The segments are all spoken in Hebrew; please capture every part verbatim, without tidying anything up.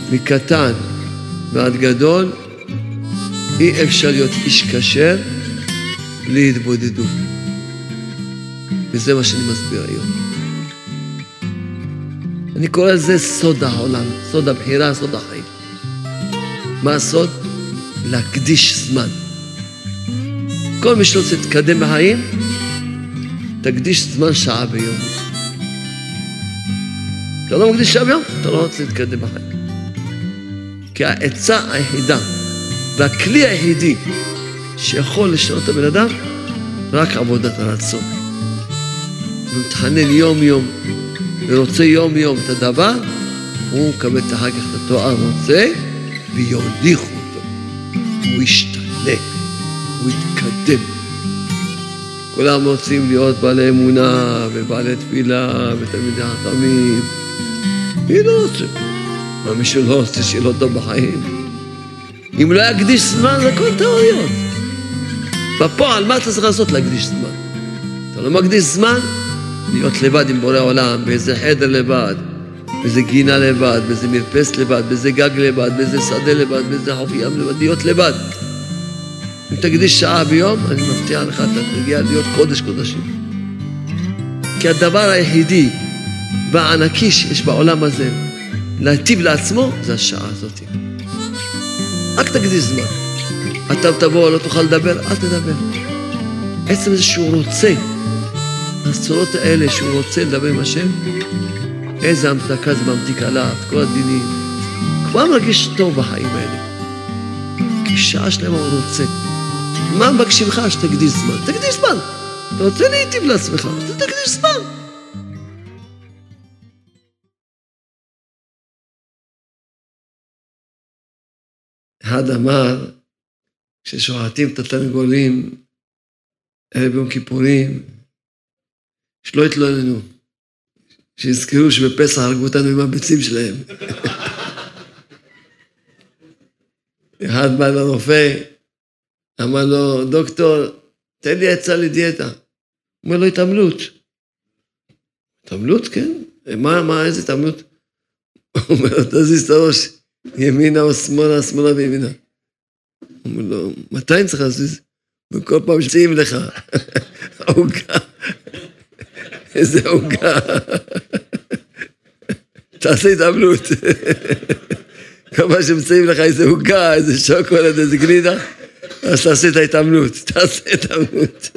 מקטן ועד גדול, אי אפשר להיות איש כשר בלי התבודדות. וזה מה שאני מסביר היום. אני קורא לזה סוד העולם, סוד הבחירה, סוד החיים. מה הסוד? להקדיש זמן. כל מי שרוצה להתקדם בחיים, תקדיש זמן שעה ביום. אתה לא מקדיש שעה ביום, אתה לא רוצה להתקדם בחיים. כי העצה היחידה והכלי היחידי שיכול לשנות את הבן אדם, רק עבודת הרצון. ומתחנן יום יום, ורוצה יום יום את הדבר, הוא מקבל את אחר כך את התואר רוצה, ויוליכו אותו. הוא ישתנה, הוא יתקדם. כולם רוצים להיות בעלי אמונה, ובעלי תפילה, ותלמידי חכמים. מי לא רוצה? מה מישהו לא רוצה שיהיה לו טוב בחיים? אם לא יקדיש זמן, זה כל תיאוריות. בפועל, מה אתה צריך לעשות? להקדיש זמן. אתה לא מקדיש זמן? להיות לבד עם בורא עולם, באיזה חדר לבד, באיזה גינה לבד, באיזה מרפס לבד, באיזה גג לבד, באיזה שדה לבד, באיזה חוף ים לבד, להיות לבד. אם תקדיש שעה ביום, אני מבטיח לך, אתה תגיע להיות קודש קודשים. כי הדבר היחידי והענקי שיש בעולם הזה, להטיב לעצמו, זה השעה הזאת. רק תקדיש זמן. אתה תבוא, לא תוכל לדבר, אל תדבר. עצם זה שהוא רוצה, הצורות האלה שהוא רוצה לדבר עם השם, איזה המתקה זה ממתיק עליו, כל הדינים. כבר מרגיש טוב בחיים האלה. כי שעה שלמה הוא רוצה. מה מבקשים לך שתקדיש זמן? תקדיש זמן. אתה רוצה להיטיב לעצמך, אז תקדיש זמן. אחד אמר, כששוחטים את התרנגולים, ערב יום כיפורים, שלא יתלוננו, שיזכרו שבפסח הרגו אותנו עם הביצים שלהם. אחד בא לרופא, אמר לו, דוקטור, תן לי עצה לדיאטה. הוא אומר לו, התעמלות. התעמלות, כן? מה, מה, איזה התעמלות? הוא אומר לו, תזיז את הראש, ימינה או שמאלה, שמאלה וימינה. הוא אומר לו, מתי אני צריך להזיז? וכל פעם שצאים לך, עוגה. איזה עוגה. תעשה התעמלות. כל פעם שמצאים לך איזה עוגה, איזה שוקולד, איזה גלידה, אז תעשה את ההתעמלות. תעשה התעמלות.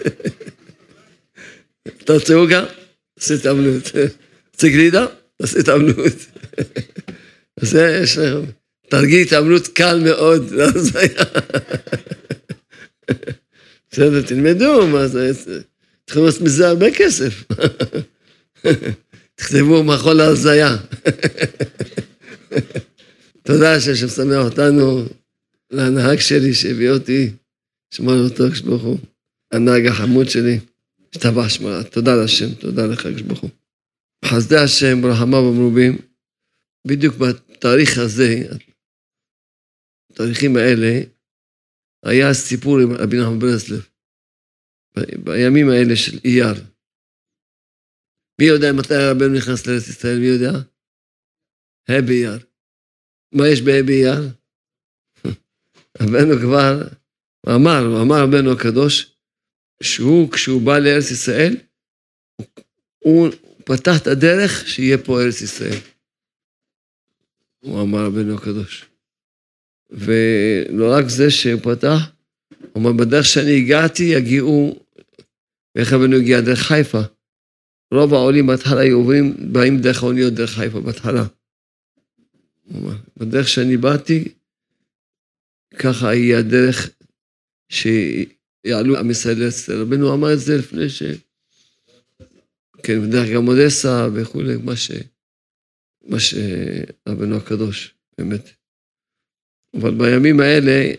אתה רוצה עוגה? תעשה התעמלות. רוצה גלידה? תעשה התעמלות. אז יש לכם. תרגיל התעמלות קל מאוד. בסדר, תלמדו, מה זה? צריכים לעשות מזה הרבה כסף. תכתבו מאכול להרזיה. תודה שהשם שמח אותנו, לנהג שלי שהביא אותי, שמע אותו כשברוך הוא, הנהג החמוד שלי, שטבע שמע, תודה להשם, תודה לך כשברוך הוא. חסדי השם, ברחמיו המרובים, בדיוק בתאריך הזה, התאריכים האלה, היה סיפור עם רבי נחמן מברסלב, בימים האלה של אייר. מי יודע מתי רבנו נכנס לארץ ישראל? מי יודע? ה' באייר. מה יש בה' באייר? רבנו כבר אמר, הוא אמר רבנו הקדוש, שהוא, כשהוא בא לארץ ישראל, הוא פתח את הדרך שיהיה פה ארץ ישראל. הוא אמר רבנו הקדוש. ולא רק זה שהוא פתח, הוא אומר, בדרך שאני הגעתי, יגיעו, ואיך רבנו הגיע דרך חיפה. רוב העולים בהתחלה היו עוברים, באים דרך האוניות דרך חיפה בהתחלה. הוא אומר, בדרך שאני באתי, ככה יהיה הדרך שיעלו עם ישראל לארץ. רבנו אמר את זה לפני ש... כן, בדרך גם אודסה וכו', מה ש... מה שרבנו הקדוש, באמת. אבל בימים האלה,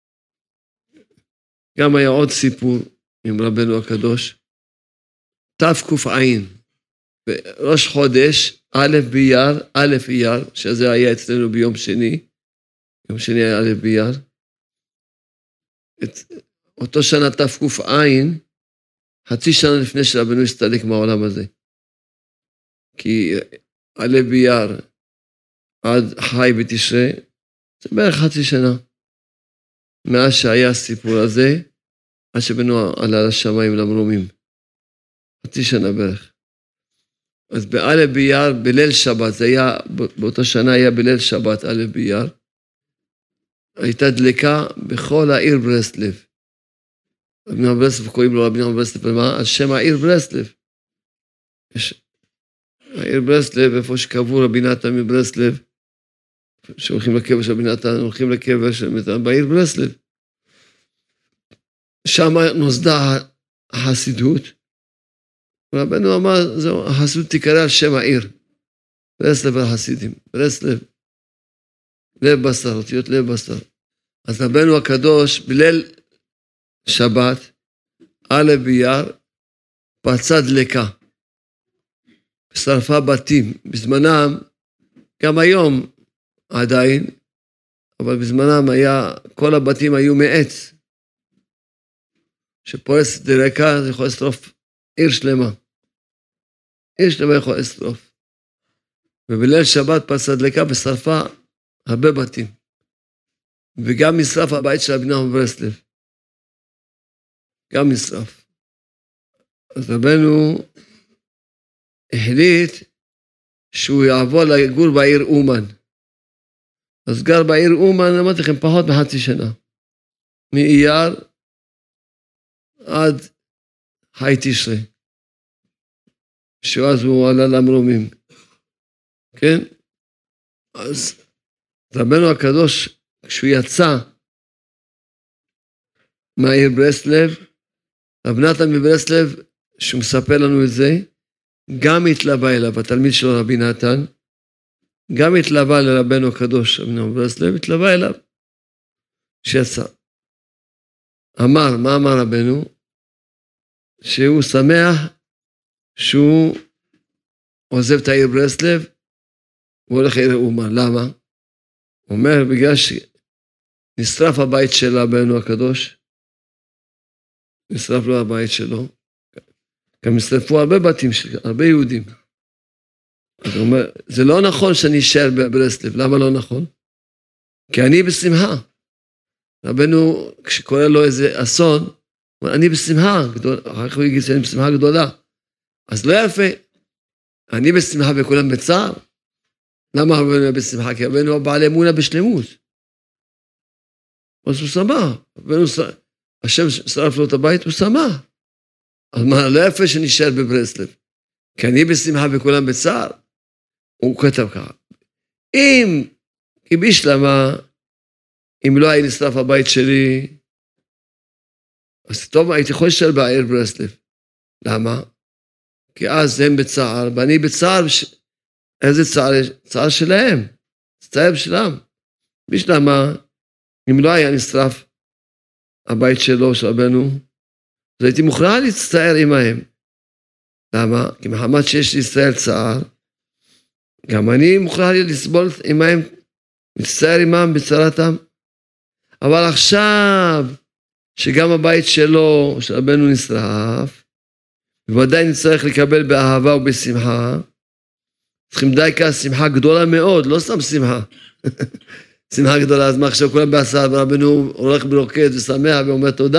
גם היה עוד סיפור עם רבנו הקדוש, תק"ע, בראש חודש, א' באייר, א' אייר, שזה היה אצלנו ביום שני, יום שני היה א' באייר, אותו שנה תק"ע, חצי שנה לפני שרבנו הסתלק מהעולם הזה. כי א' באייר, עד חי בתשרי, זה בערך חצי שנה. מאז שהיה הסיפור הזה, עד שבנו עלה לשמיים למרומים. חצי שנה בערך. אז באלף באייר, בליל שבת, זה היה, באותה שנה היה בליל שבת, אלף באייר, הייתה דלקה בכל העיר ברסלב. רבי נחמן ברסלב, קוראים לו רבי נחמן ברסלב, על שם העיר ברסלב. יש, העיר ברסלב, איפה שקבור רבי נתן מברסלב, שהולכים לקבר של רבי נתן, הולכים לקבר של רבי נתן, בעיר ברסלב. שם נוסדה החסידות, רבנו אמר, זהו, החסידות תיקרא על שם העיר, ברסלב החסידים, ברסלב, לב בשר, אותיות לב בשר. אז רבנו הקדוש, בליל שבת, אלף באייר, פרצה דלקה, שרפה בתים, בזמנם, גם היום עדיין, אבל בזמנם היה, כל הבתים היו מעץ, שפורצת דלקה, זה יכול לשרוף עיר שלמה, עיר שלמה יכול לשרוף, ובליל שבת פרצה דלקה ושרפה הרבה בתים, וגם נשרף הבית של רבי נחמן ברסלב, גם נשרף. אז רבנו החליט שהוא יעבור לגור בעיר אומן, אז גר בעיר אומן, אמרתי לכם, פחות מחצי שנה, מאייר עד חי תשרי, שאז הוא עלה למרומים, כן? אז רבנו הקדוש, כשהוא יצא מהעיר ברסלב, רב נתן מברסלב, שהוא מספר לנו את זה, גם התלווה אליו, התלמיד שלו רבי נתן, גם התלווה לרבנו הקדוש, רבי נתן מברסלב, התלווה אליו, שיצא. אמר, מה אמר רבנו? שהוא שמח שהוא עוזב את העיר ברסלב, הוא הולך לעיר אומן. למה? הוא אומר, בגלל שנשרף הבית של רבנו הקדוש, נשרף לו הבית שלו, גם נשרפו הרבה בתים, הרבה יהודים. אז הוא אומר, זה לא נכון שאני אשאר ברסלב. למה לא נכון? כי אני בשמחה. רבנו, כשקורא לו איזה אסון, הוא אומר, אני בשמחה גדולה, אחר כך הוא יגיד שאני בשמחה גדולה. אז לא יפה, אני בשמחה וכולם בצער. למה רבנו היה בשמחה? כי רבנו היה בעל אמונה בשלמות. אז הוא שמח. השם שרף לו את הבית, הוא שמח. אז מה, לא יפה שנשאר בברסלב. כי אני בשמחה וכולם בצער. הוא כתב ככה. אם, כי בשלמה, אם לא היה נשרף הבית שלי, אז טוב, הייתי יכול להישאר בעיר ברסלב. למה? כי אז הם בצער, ואני בצער, איזה צער? צער שלהם. צער שלהם. בשלמה, אם לא היה נשרף הבית שלו, של רבנו, אז הייתי מוכרח להצטער עמהם. למה? כי מחמת שיש לישראל צער, גם אני מוכרח לסבול עמהם, להצטער עמם בצערתם. אבל עכשיו, שגם הבית שלו, של רבנו נשרף, ובוודאי נצטרך לקבל באהבה ובשמחה, צריכים די כאן שמחה גדולה מאוד, לא סתם שמחה. שמחה גדולה, אז מה עכשיו כולם בעשרה, ורבנו הולך ברוקד ושמח ואומר תודה.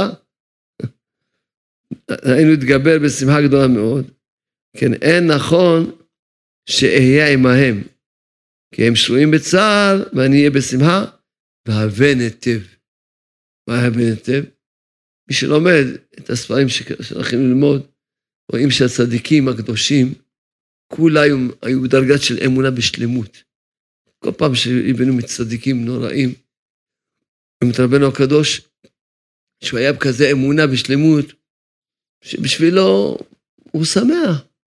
היינו להתגבר בשמחה גדולה מאוד. כן, אין נכון שאהיה עמהם, כי הם שרויים בצער, ואני אהיה בשמחה, והבן היטב. מה הבן היטב? מי שלומד את הספרים שאנחנו ללמוד, רואים שהצדיקים הקדושים, כולה היו, היו בדרגת של אמונה בשלמות. כל פעם שהבאנו מצדיקים נוראים, ומת רבנו הקדוש, שהוא היה בכזה אמונה בשלמות, שבשבילו הוא שמח.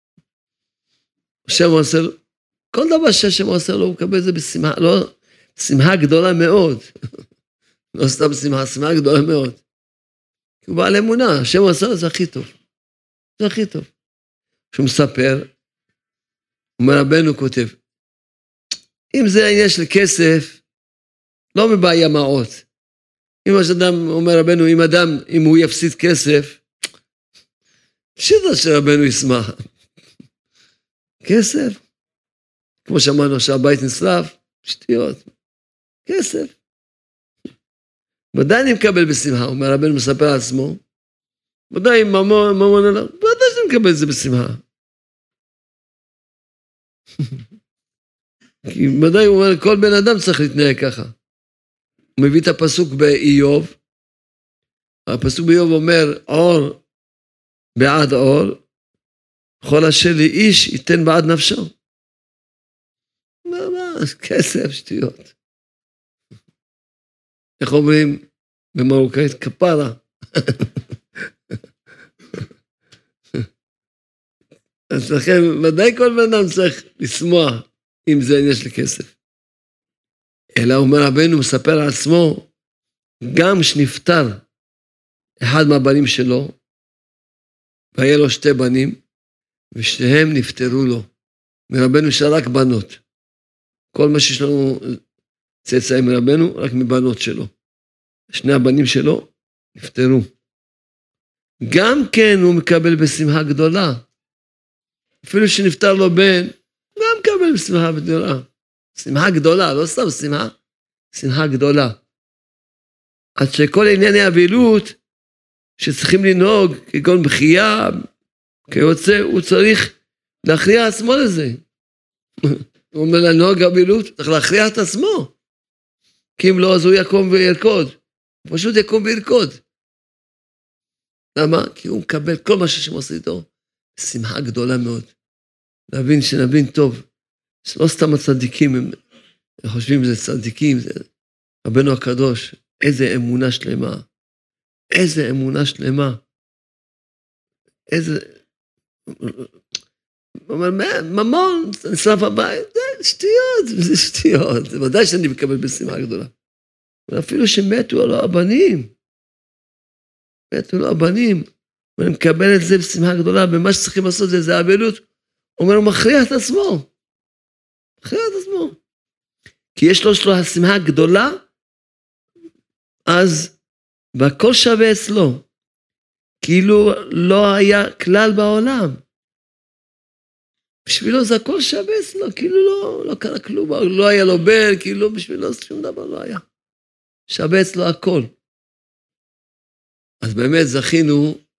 השם עושה לו, כל דבר שהשם עושה לו, הוא מקבל את זה בשמחה, לא, שמחה גדולה מאוד. לא סתם שמחה, שמחה גדולה מאוד. כי הוא בעל אמונה, השם עושה לו, זה הכי טוב. זה הכי טוב. שהוא מספר, אומר רבנו כותב, אם זה העניין של כסף, לא מבעיה מעות. אם אדם אומר רבנו, אם אדם, אם הוא יפסיד כסף, שידה שרבנו ישמח. כסף, כמו שאמרנו שהבית נשרף, שטויות. כסף. ודאי אני מקבל בשמחה, אומר רבנו מספר על עצמו, ודאי ממון, ממון עליו, ודאי שאני מקבל את זה בשמחה. כי ודאי הוא אומר, כל בן אדם צריך להתנהג ככה. הוא מביא את הפסוק באיוב, הפסוק באיוב אומר, אור בעד אור, כל אשר לי איש ייתן בעד נפשו. מה, מה, כסף, שטויות. איך אומרים במרוקאית? כפרה. אז לכן, ודאי כל בן אדם צריך לשמוח אם זה עניין של כסף. אלא אומר רבנו, מספר על עצמו, גם שנפטר אחד מהבנים שלו, והיה לו שתי בנים, ושתיהם נפטרו לו. מרבנו שרק בנות. כל מה שיש לנו צאצאים מרבנו, רק מבנות שלו. שני הבנים שלו נפטרו. גם כן הוא מקבל בשמחה גדולה. אפילו שנפטר לו בן, גם מקבל בשמחה גדולה. שמחה גדולה, לא סתם שמחה, שמחה גדולה. עד שכל ענייני אבילות, שצריכים לנהוג, כגון בחייה, כיוצא, הוא צריך להכריע עצמו לזה. הוא אומר לנהוג אבילות, צריך להכריע את עצמו. כי אם לא, אז הוא יקום וירקוד. הוא פשוט יקום וירקוד. למה? כי הוא מקבל כל מה ששם עושה איתו, שמחה גדולה מאוד. להבין, שנבין טוב. לא סתם הצדיקים, הם חושבים שזה צדיקים, זה רבנו הקדוש, איזה אמונה שלמה. איזה אמונה שלמה. איזה... ממון, נשרף הבית, זה שטויות, זה שטויות. זה ודאי שאני מקבל בשמחה גדולה. אפילו שמתו לו הבנים. מתו לו הבנים. ואני מקבל את זה בשמחה גדולה, ומה שצריכים לעשות זה, זה אבלות. הוא אומר, הוא מכריע את עצמו. מכריע את עצמו. כי יש לו שלו השמחה גדולה, אז והכל שווה אצלו. כאילו לא היה כלל בעולם. בשבילו זה הכל שווה אצלו, כאילו לא, לא קרה כלום, לא היה לו בן, כאילו בשבילו שום דבר לא היה. שווה אצלו הכל. אז באמת זכינו,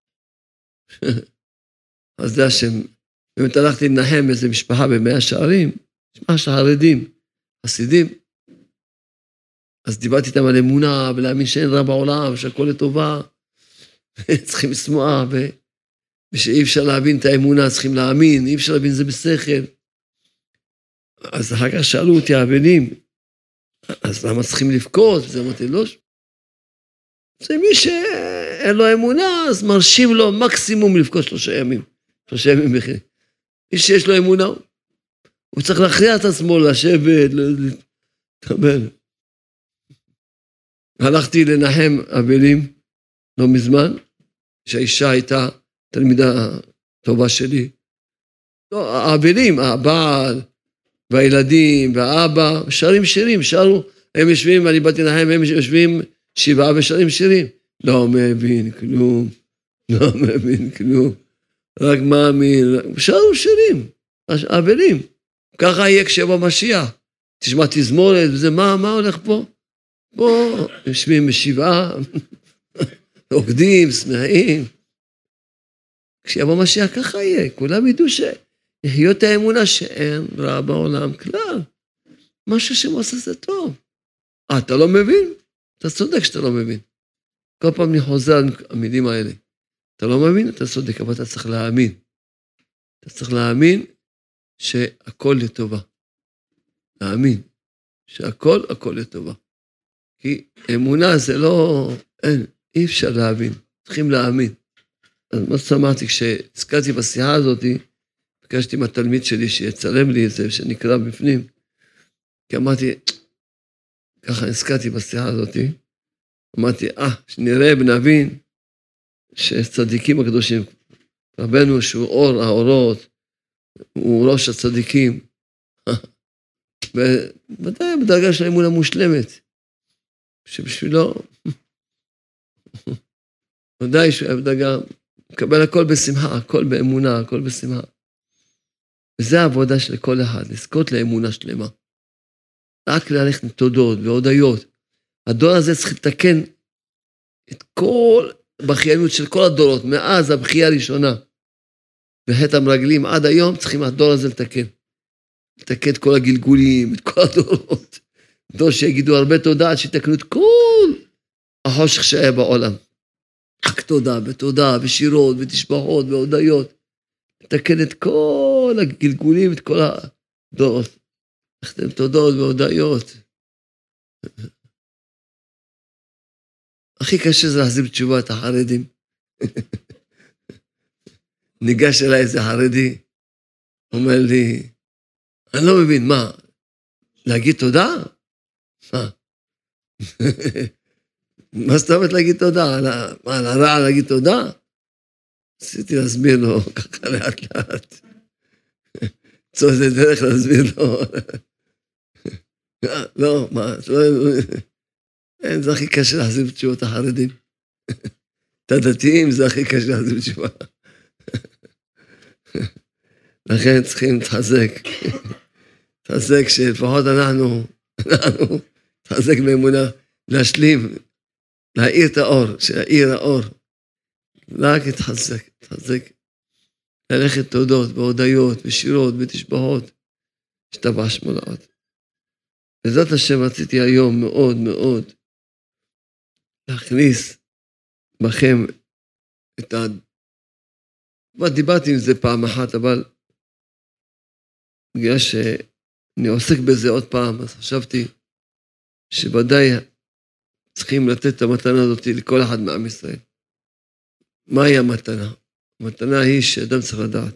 אז זה השם, באמת הלכתי לנחם איזו משפחה במאה שערים, משפחה של חרדים, חסידים, אז דיברתי איתם על אמונה, ולהאמין שאין רע בעולם, שהכל לטובה, צריכים לשמוע, ו... ושאי אפשר להבין את האמונה, צריכים להאמין, אי אפשר להבין זה בשכל. אז אחר כך שאלו אותי האבלים, אז למה צריכים לבכות? אז אמרתי, לא, זה מי שאין לו אמונה, אז מרשים לו מקסימום לבכות שלושה ימים, שלושה ימים בכלל. מי שיש לו אמונה, הוא צריך להכריע את עצמו, לשבת, להתקבל. הלכתי לנחם אבלים, לא מזמן, שהאישה הייתה תלמידה טובה שלי. לא, האבלים, הבעל והילדים והאבא, שרים שירים, שרו, הם יושבים, אני באתי להם, הם יושבים שבעה ושרים שירים. לא מבין כלום, לא מבין כלום, רק מאמין, שרו שירים, האבלים. ככה יהיה כשבא משיח. תשמע תזמורת, וזה מה, מה הולך פה? פה יושבים בשבעה, עוקדים, שמחים. כשיבוא משיח ככה יהיה, כולם ידעו שיחיות האמונה שאין רע בעולם כלל. מה שהשם עושה זה טוב. אה, אתה לא מבין? אתה צודק שאתה לא מבין. כל פעם אני חוזר על המילים האלה. אתה לא מבין? אתה צודק, אבל אתה צריך להאמין. אתה צריך להאמין שהכל לטובה. להאמין שהכל, הכל לטובה. כי אמונה זה לא, אין, אי אפשר להבין. צריכים להאמין. אז מה שמעתי, כשהזכרתי בשיחה הזאת, ביקשתי מהתלמיד שלי שיצלם לי את זה, שנקרא בפנים, כי אמרתי, ככה הזכרתי בשיחה הזאת, אמרתי, אה, שנראה ונבין, שצדיקים הקדושים, רבנו שהוא אור האורות, הוא ראש הצדיקים, ובוודאי בדרגה של האמונה מושלמת, שבשבילו, ודאי שהוא היה בדרגה, מקבל הכל בשמחה, הכל באמונה, הכל בשמחה. וזה העבודה של כל אחד, לזכות לאמונה שלמה. רק ללכת עם תודות והודיות. הדור הזה צריך לתקן את כל בכייניות של כל הדורות, מאז הבכייה הראשונה, וחטא המרגלים עד היום, צריכים הדור הזה לתקן. לתקן את כל הגלגולים, את כל הדורות. דור שיגידו הרבה תודה, עד שיתקנו את כל החושך שהיה בעולם. רק תודה, בתודה, ושירות, ותשבחות, והודיות. לתקן את כל הגלגולים, את כל הדורות. לכתם תודות והודיות. הכי קשה זה להחזיר בתשובה את החרדים. ניגש אליי איזה חרדי, אומר לי, אני לא מבין, מה? להגיד תודה? מה? מה זאת אומרת להגיד תודה? מה, על הרע להגיד תודה? עשיתי להסביר לו ככה לאט לאט. צור איזה דרך להסביר לו. לא, מה? אין, זה הכי קשה להחזיר בתשובות החרדים. את הדתיים זה הכי קשה להחזיר בתשובה. לכן צריכים להתחזק. להתחזק שלפחות אנחנו, אנחנו, להתחזק באמונה, להשלים, להאיר את האור, שהאיר האור. רק להתחזק, להתחזק. ללכת תודות והודיות ושירות ותשבחות. שתבע שמו לעוד. בעזרת השם רציתי היום מאוד מאוד להכניס בכם את ה... דיברתי עם זה פעם אחת, אבל בגלל שאני עוסק בזה עוד פעם, אז חשבתי שוודאי צריכים לתת את המתנה הזאת לכל אחד מעם ישראל. מהי המתנה? המתנה היא שאדם צריך לדעת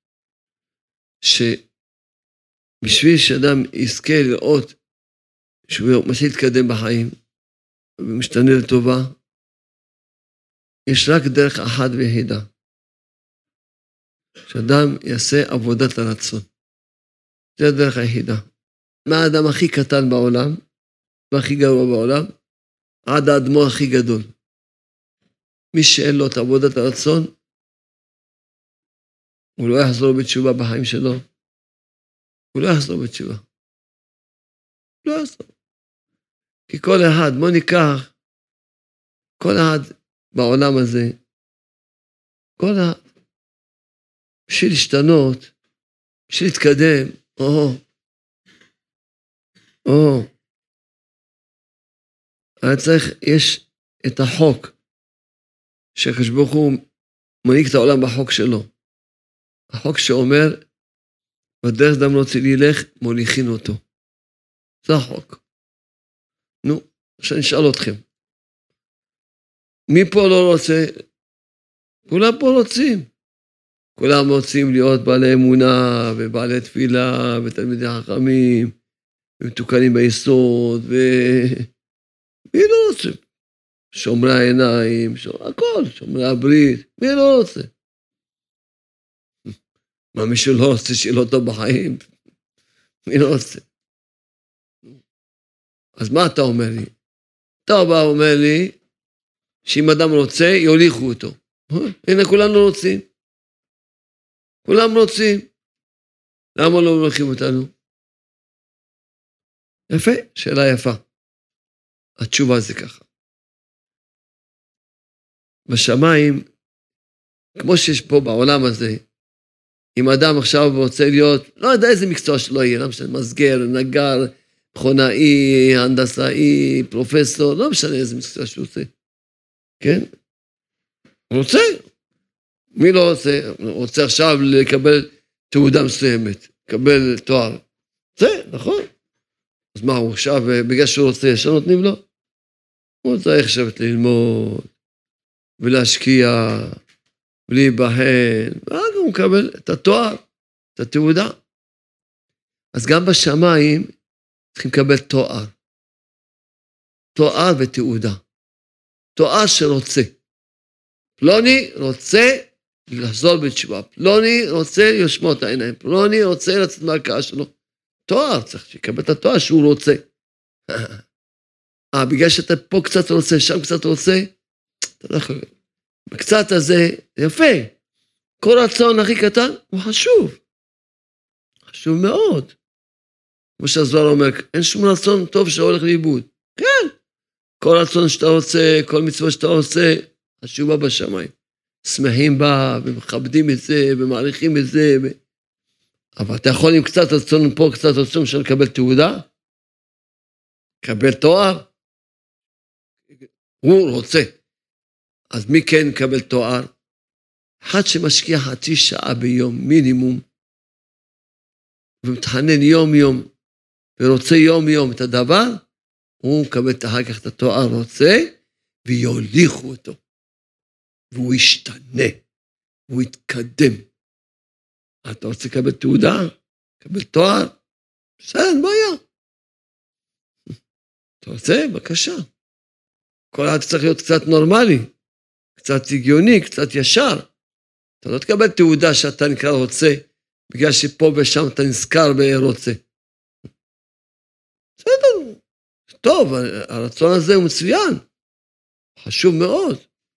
שבשביל שאדם יזכה לראות שהוא מתחיל להתקדם בחיים ומשתנה לטובה, יש רק דרך אחת ויחידה, שאדם יעשה עבודת הרצון. זה הדרך היחידה. מהאדם הכי קטן בעולם והכי גרוע בעולם עד האדמו"ר הכי גדול. מי שאין לו את עבודת הרצון, הוא לא יחזור בתשובה בחיים שלו. הוא לא יחזור בתשובה. לא יחזור. כי כל אחד, בוא ניקח, כל אחד בעולם הזה, כל אחד, בשביל להשתנות, בשביל להתקדם, או, או, היה צריך, יש את החוק, שהקדוש ברוך הוא מנהיג את העולם בחוק שלו. החוק שאומר, בדרך אדם לא רוצה ללך, מוליכין אותו. זה החוק. נו, שאני אשאל אתכם. מי פה לא רוצה? כולם פה רוצים. כולם רוצים להיות בעלי אמונה, ובעלי תפילה, ותלמידי חכמים, ומתוקנים ביסוד, ו... מי לא רוצה? שומרי העיניים, שומרי הכל, שומרי הברית, מי לא רוצה? מה מישהו לא רוצה שיהיה לו טוב בחיים? מי לא רוצה? אז מה אתה אומר לי? אתה בא אומר לי, שאם אדם רוצה, יוליכו אותו. הנה, כולנו רוצים. כולם רוצים. למה לא הולכים אותנו? יפה, שאלה יפה. התשובה זה ככה. בשמיים, כמו שיש פה בעולם הזה, אם אדם עכשיו רוצה להיות, לא יודע איזה מקצוע שלא יהיה, לא משנה, מסגר, נגר, מכונאי, הנדסאי, פרופסור, לא משנה איזה מקצוע שהוא רוצה. כן? הוא רוצה. מי לא רוצה? הוא רוצה עכשיו לקבל תעודה מסוימת, לקבל תואר. זה, נכון. אז מה, הוא עכשיו, בגלל שהוא רוצה, ישר נותנים לו? הוא צריך עכשיו ללמוד, ולהשקיע, ולהיבחן, ואז הוא מקבל את התואר, את התעודה. אז גם בשמיים צריכים לקבל תואר. תואר ותעודה. תואר שרוצה. פלוני רוצה לחזור בתשובה. פלוני רוצה לשמוע את העיניים. פלוני רוצה לצאת מהקעה שלו. תואר, צריך שיקבל את התואר שהוא רוצה. אה, בגלל שאתה פה קצת רוצה, שם קצת רוצה, אתה לא יכול. בקצת הזה, יפה. כל רצון הכי קטן הוא חשוב. חשוב מאוד. כמו שהזוהר אומר, אין שום רצון טוב שהולך לאיבוד. כן, כל רצון שאתה רוצה, כל מצווה שאתה עושה, חשובה בשמיים. שמחים בה, ומכבדים את זה, ומעריכים את זה. ו... אבל אתה יכול עם קצת רצון פה, קצת רצון של לקבל תעודה? לקבל תואר? הוא רוצה. אז מי כן מקבל תואר? אחד שמשקיע חצי שעה ביום מינימום, ומתחנן יום יום, ורוצה יום יום את הדבר, הוא מקבל אחר כך את התואר רוצה, ויוליכו אותו. והוא ישתנה, והוא יתקדם. אתה רוצה לקבל תעודה? לקבל תואר? בסדר, אין בעיה. אתה רוצה? בבקשה. כל אחד צריך להיות קצת נורמלי, קצת הגיוני, קצת ישר. אתה לא תקבל תעודה שאתה נקרא רוצה, בגלל שפה ושם אתה נזכר ברוצה. בסדר, טוב, הרצון הזה הוא מצוין, חשוב מאוד.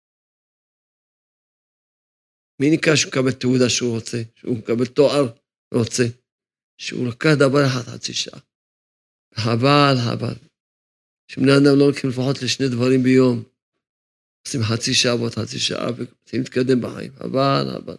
מי נקרא שהוא מקבל תעודה שהוא רוצה, שהוא מקבל תואר רוצה, שהוא לקח דבר אחד חצי שעה. חבל, חבל. שבני אדם לא לוקחים לפחות לשני דברים ביום, עושים חצי שעה ועוד חצי שעה, וצריכים להתקדם בחיים. חבל, חבל.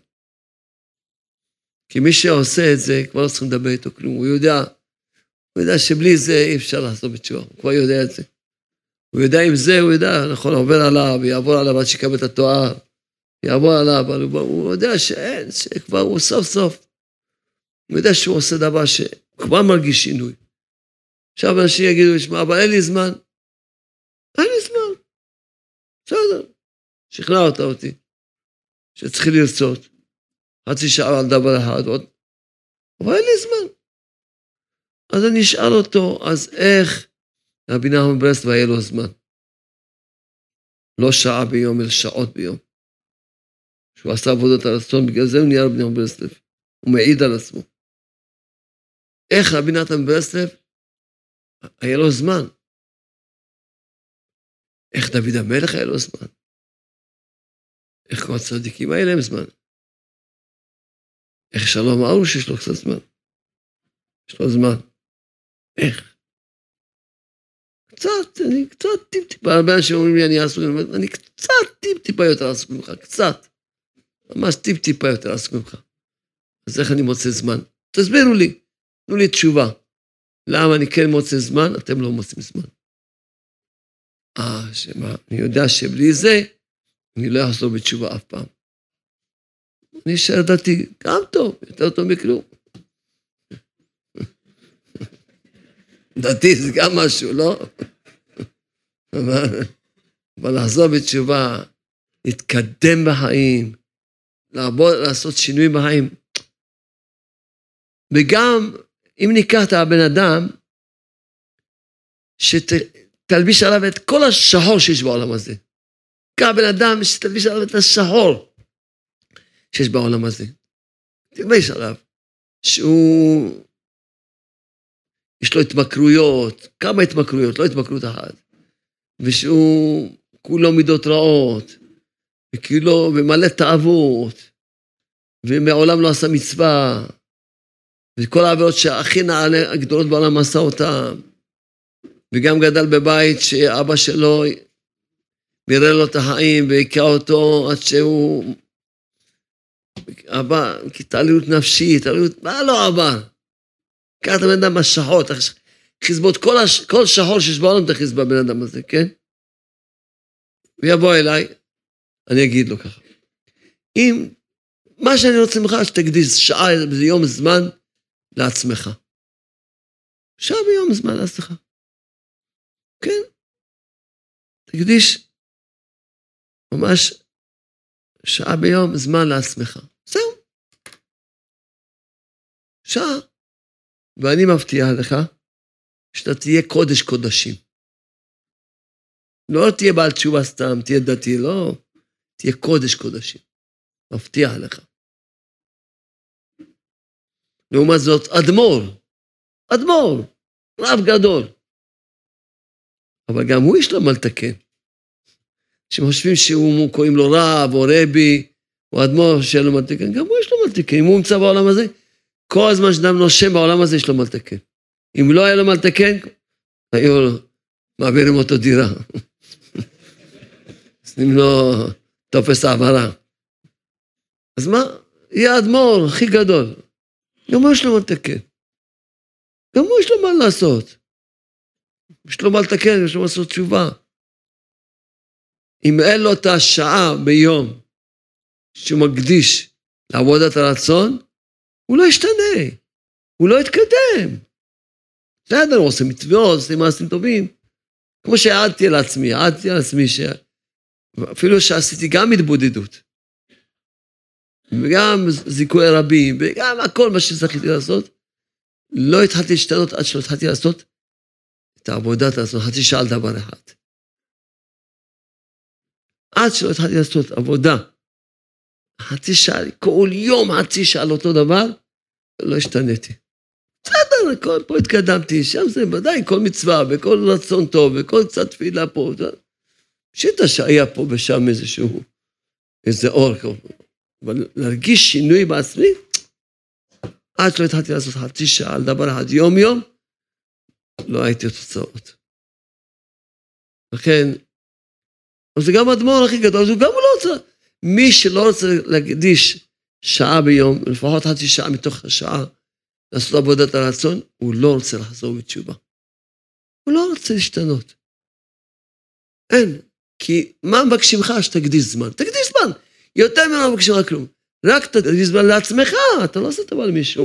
כי מי שעושה את זה, כבר לא צריכים לדבר איתו כלום. הוא יודע, הוא יודע שבלי זה אי אפשר לעשות בתשובה. הוא כבר יודע את זה. הוא יודע אם זה, הוא יודע, נכון, עובר עליו, יעבור עליו עד שיקבל את התואר, יעבור עליו, אבל הוא, הוא יודע שאין, שכבר הוא סוף סוף. הוא יודע שהוא עושה דבר שכבר מרגיש שינוי. עכשיו אנשים יגידו, שמע, אבל אין לי זמן. אין לי זמן. בסדר. שכנעת אותי. שצריך לרצות. חצי שעה על דבר אחד עוד. אבל אין לי זמן. אז אני אשאל אותו, אז איך רבי נחמן מברסלב היה לו זמן? לא שעה ביום, אלא שעות ביום. שהוא עשה עבודת הרצון, בגלל זה הוא נהיה רבי נחמן מברסלב. הוא מעיד על עצמו. איך רבי נחמן מברסלב היה לו זמן? איך דוד המלך היה לו זמן? איך כל הצדיקים היה להם זמן? איך שלום אמרו שיש לו קצת זמן? יש לו זמן. איך? קצת, אני קצת טיפ-טיפה, הרבה אנשים אומרים לי, אני עסוק, אני קצת טיפ-טיפה יותר עסוק ממך, קצת. ממש טיפ-טיפה יותר עסוק ממך. אז איך אני מוצא זמן? תסבירו לי, תנו לי תשובה. למה אני כן מוצא זמן, אתם לא מוצאים זמן. אה, שמה, אני יודע שבלי זה, אני לא אחזור בתשובה אף פעם. אני אשאר דתי, גם טוב, יותר טוב מכלום. דתי זה גם משהו, לא? אבל לחזור בתשובה, להתקדם בחיים, לעבוד, לעשות שינוי בחיים. וגם, אם ניקח את הבן אדם, שתלביש עליו את כל השחור שיש בעולם הזה. קח בן אדם שתלביש עליו את השחור שיש בעולם הזה. תלביש עליו, שהוא, יש לו התמכרויות, כמה התמכרויות, לא התמכרות אחת, ושהוא כולו מידות רעות, וכאילו, ומלא תאוות, ומעולם לא עשה מצווה, וכל העבירות שהכי הגדולות בעולם עשה אותם, וגם גדל בבית שאבא שלו בירר לו את החיים, והקע אותו עד שהוא, אבא, כתעללות נפשית, תעללות, מה לא עבר? קח את הבן אדם השחור, תחזבות כל, הש, כל שחור שיש בעולם תחז בבן אדם הזה, כן? ויבוא אליי, אני אגיד לו ככה. אם, מה שאני רוצה ממך, שתקדיש שעה ביום זמן לעצמך. שעה ביום זמן לעצמך. כן? תקדיש ממש שעה ביום זמן לעצמך. זהו. שעה. ואני מבטיח לך שאתה תהיה קודש קודשים. לא תהיה בעל תשובה סתם, תהיה דתי, לא. תהיה קודש קודשים. מבטיח לך. לעומת זאת, אדמו"ר. אדמו"ר. רב גדול. אבל גם הוא יש לו מה לתקן. שחושבים שהוא קוראים לו רב או רבי, או אדמו"ר שאין לו מה לתקן, גם הוא יש לו מה לתקן. אם הוא נמצא בעולם הזה, כל הזמן שאדם נושם בעולם הזה יש לו מה לתקן. אם לא היה לו מה לתקן, היו מעבירים אותו דירה. עושים לו טופס העברה. אז מה? יהיה האדמו"ר הכי גדול. גם הוא יש לו מה לתקן. גם הוא יש לו מה לעשות. יש לו מה לתקן, יש לו מה לעשות תשובה. אם אין לו את השעה ביום שהוא מקדיש לעבודת הרצון, הוא לא ישתנה. הוא לא יתקדם. בסדר, הוא עושה מצוות, עושה מעשים טובים. כמו שהעדתי על עצמי, העדתי על עצמי, ש... אפילו שעשיתי גם התבודדות. וגם זיכוי רבים, וגם הכל מה שצריך לעשות, לא התחלתי להשתנות עד שלא התחלתי לעשות את העבודת הרצון, חצי שעה על דבר אחד. עד שלא התחלתי לעשות עבודה, חצי שעה, כל יום חצי שעה על אותו דבר, לא השתניתי. בסדר, כל, פה התקדמתי, שם זה ודאי כל מצווה, וכל רצון טוב, וכל קצת תפילה פה, פשיטה שהיה פה ושם איזשהו, איזה אור, אבל להרגיש שינוי בעצמי, עד שלא התחלתי לעשות חצי שעה על דבר אחד יום יום, לא הייתי תוצאות. לכן, אז זה גם האדמו"ר הכי גדול, אז הוא גם לא רוצה, מי שלא רוצה להקדיש שעה ביום, לפחות חצי שעה מתוך השעה, לעשות עבודת הרצון, הוא לא רוצה לחזור בתשובה. הוא לא רוצה להשתנות. אין, כי מה מבקשים לך שתקדיש זמן? תקדיש זמן, יותר ממה מבקשים לך כלום. רק תקדיש זמן לעצמך, אתה לא עושה טובה למישהו.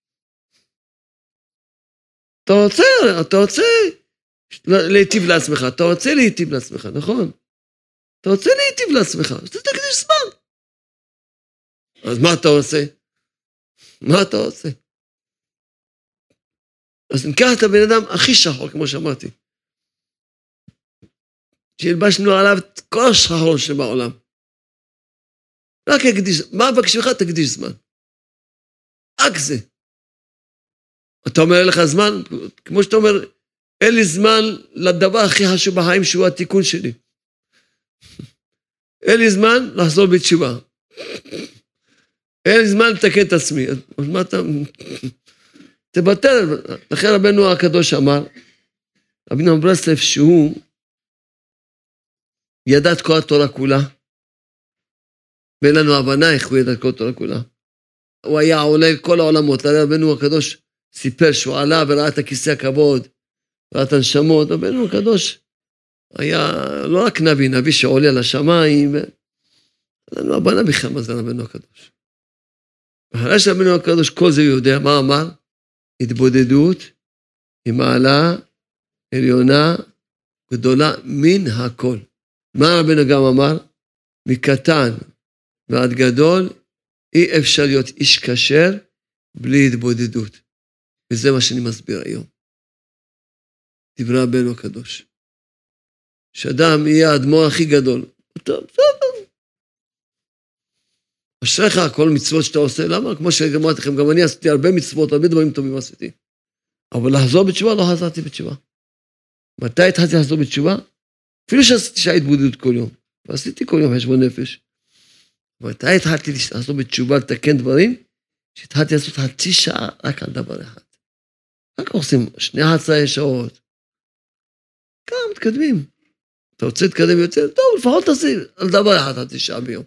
אתה רוצה, אתה רוצה להיטיב לעצמך, אתה רוצה להיטיב לעצמך, נכון? אתה רוצה להיטיב לעצמך, אז תקדיש זמן. אז מה אתה עושה? מה אתה עושה? אז נקח את הבן אדם הכי שחור, כמו שאמרתי. שהלבשנו עליו את כל השחור שבעולם. רק יקדיש, מה מבקשים לך? תקדיש זמן. רק זה. אתה אומר לך זמן, כמו שאתה אומר, אין לי זמן לדבר הכי חשוב בחיים, שהוא התיקון שלי. אין לי זמן לחזור בתשובה. אין לי זמן לתקן את עצמי. אז מה אתה... תבטל. לכן רבנו הקדוש אמר, רבנו ברסלב, שהוא ידע את כל התורה כולה, ואין לנו הבנה איך הוא ידע את כל התורה כולה. הוא היה עולה כל העולמות, רבנו הקדוש סיפר שהוא עלה וראה את הכיסא הכבוד, ראה את הנשמות, רבנו הקדוש היה לא רק נביא, נביא שעולה על השמיים, אין לנו הבנה בכלל מה זה רבנו הקדוש. אחרי שרבנו הקדוש כל זה יודע, מה אמר? התבודדות היא מעלה עליונה גדולה מן הכל. מה רבנו גם אמר? מקטן ועד גדול אי אפשר להיות איש כשר בלי התבודדות. וזה מה שאני מסביר היום. דברי רבנו הקדוש. שאדם יהיה האדמו"ר הכי גדול. טוב, בסדר. אשריך כל מצוות שאתה עושה, למה? כמו שאמרתי לכם, גם אני עשיתי הרבה מצוות, הרבה דברים טובים עשיתי. אבל לחזור בתשובה, לא חזרתי בתשובה. מתי התחלתי לחזור בתשובה? אפילו שעשיתי שעה התבודדות כל יום. ועשיתי כל יום חשבון נפש. מתי התחלתי לחזור בתשובה, לתקן דברים? שהתחלתי לעשות חצי שעה רק על דבר אחד. רק עושים שני חצאי שעות. כמה מתקדמים. אתה רוצה להתקדם יותר? טוב, לפחות תעשי על דבר אחד חצי שעה ביום.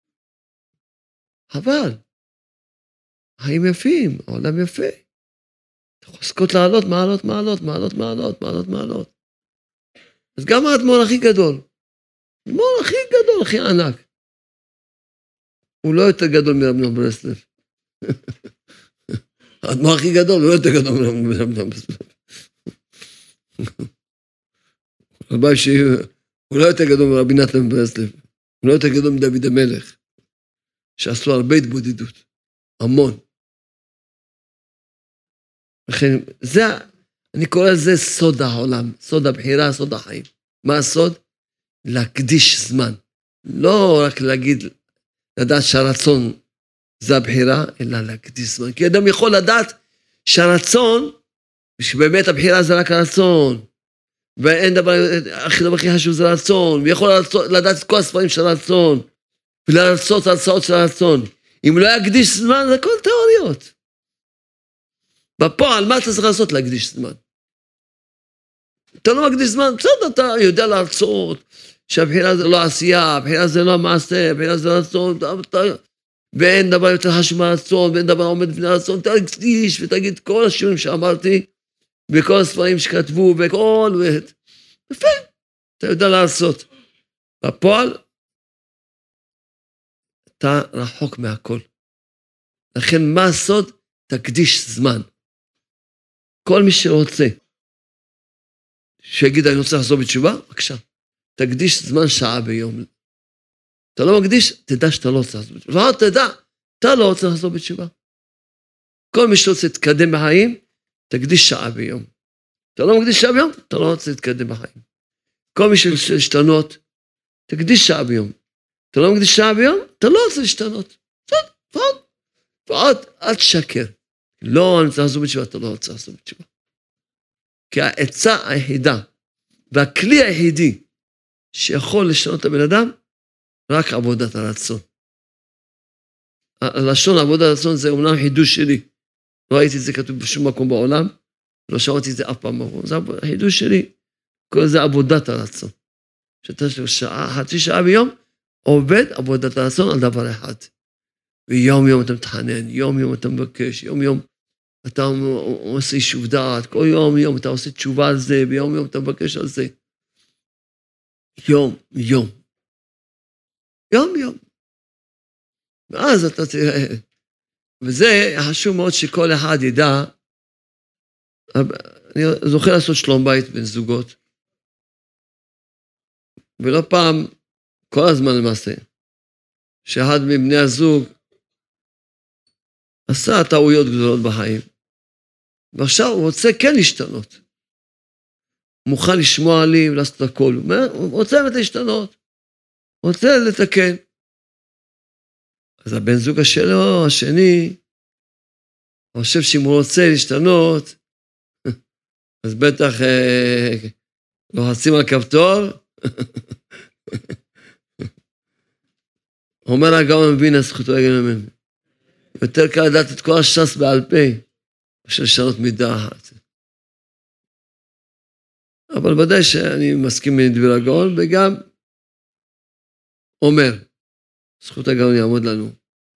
אבל, חיים יפים, העולם יפה. חוזקות לעלות, מעלות, מעלות, מעלות, מעלות, מעלות, מעלות. אז גם האדמו"ר הכי גדול, האדמו"ר הכי גדול, הכי ענק, הוא לא יותר גדול מרבנו ברסלב. האדמו"ר הכי גדול, הוא לא יותר גדול מרבנו ברסלב. הוא לא יותר גדול מרבי נתן ברסלב, הוא לא יותר גדול מדוד המלך. שעשו הרבה התבודדות, המון. לכן, זה, אני קורא לזה סוד העולם, סוד הבחירה, סוד החיים. מה הסוד? להקדיש זמן. לא רק להגיד, לדעת שהרצון זה הבחירה, אלא להקדיש זמן. כי אדם יכול לדעת שהרצון, שבאמת הבחירה זה רק הרצון, ואין דבר, הדבר הכי חשוב זה הרצון, ויכול לדעת את כל הספרים של הרצון, ולרצות הרצאות של הרצון. אם לא יקדיש זמן, זה כל תיאוריות. בפועל, מה אתה צריך לעשות? להקדיש זמן. אתה לא מקדיש זמן, בסדר, אתה יודע להרצות, שהבחירה זה לא עשייה, הבחירה זה לא מעשה, הבחירה זה לא רצון, ואין דבר יותר חשוב מהרצון, ואין דבר עומד בפני הרצון, תקדיש ותגיד כל השיעורים שאמרתי, וכל הספרים שכתבו, וכל... יפה, אתה יודע לעשות. בפועל, אתה רחוק מהכל. לכן מה הסוד? תקדיש זמן. כל מי שרוצה, שיגיד אני רוצה לחזור בתשובה, בבקשה. תקדיש זמן שעה ביום. אתה לא מקדיש, תדע שאתה לא רוצה לחזור בתשובה. ואתה תדע, אתה לא רוצה לחזור בתשובה. כל מי שרוצה להתקדם בחיים, תקדיש שעה ביום. אתה לא מקדיש שעה ביום, אתה לא רוצה להתקדם בחיים. כל מי שרוצה להשתנות, תקדיש שעה ביום. אתה לא מקדיש שעה ביום, אתה לא רוצה להשתנות. בסדר, ועוד. ועוד, אל תשקר. לא, אני רוצה לחזור בתשובה, אתה לא רוצה לחזור בתשובה. כי העצה היחידה, והכלי היחידי, שיכול לשנות את הבן אדם, רק עבודת הרצון. הלשון עבודת הרצון זה אומנם חידוש שלי. לא ראיתי את זה כתוב בשום מקום בעולם, לא שמעתי את זה אף פעם מקום. זה חידוש שלי, כל זה עבודת הרצון. שאתה שעה, חצי שעה ביום, עובד עבודת הרצון על דבר אחד. ויום יום אתה מתחנן, יום יום אתה מבקש, יום יום אתה עושה יישוב דעת, כל יום יום אתה עושה תשובה על זה, ויום יום אתה מבקש על זה. יום יום. יום יום. ואז אתה תראה, וזה חשוב מאוד שכל אחד ידע, אני זוכר לעשות שלום בית בין זוגות, ולא פעם, כל הזמן למעשה, שאחד מבני הזוג עשה טעויות גדולות בחיים, ועכשיו הוא רוצה כן להשתנות. מוכן לשמוע לי ולעשות הכל. הוא רוצה באמת להשתנות. הוא רוצה לתקן. אז הבן זוג שלו, השני, חושב שאם הוא רוצה להשתנות, אז בטח אה, לוחצים על כפתור. אומר הגאון מווילנה זכותו יגן ממנו. יותר קל לדעת את כל הש"ס בעל פה, בשביל לשנות מידה אחת. אבל ודאי שאני מסכים עם דברי הגאון, וגם אומר, זכות הגאון יעמוד לנו.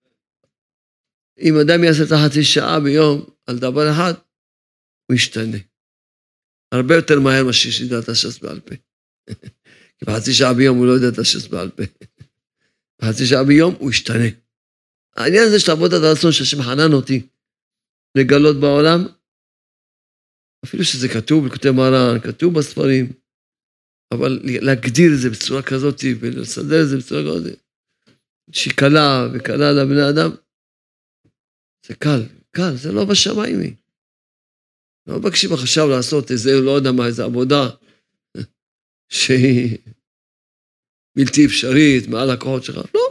אם אדם יעשה את החצי שעה ביום על דבר אחד, הוא ישתנה. הרבה יותר מהר מאשר שידע את הש"ס בעל פה. כי בחצי שעה ביום הוא לא יודע את הש"ס בעל פה. בחצי שעה ביום הוא ישתנה. העניין הזה של עבודת הרצון שהשם חנן אותי לגלות בעולם, אפילו שזה כתוב בכותב מרן, כתוב בספרים, אבל להגדיר את זה בצורה כזאת ולסדר את זה בצורה כזאת, שהיא קלה וקלה לבני אדם, זה קל, קל, זה לא בשמיים. לא מבקשים עכשיו לעשות איזה, לא יודע מה, איזו עבודה שהיא בלתי אפשרית, מעל הכוחות שלך, לא.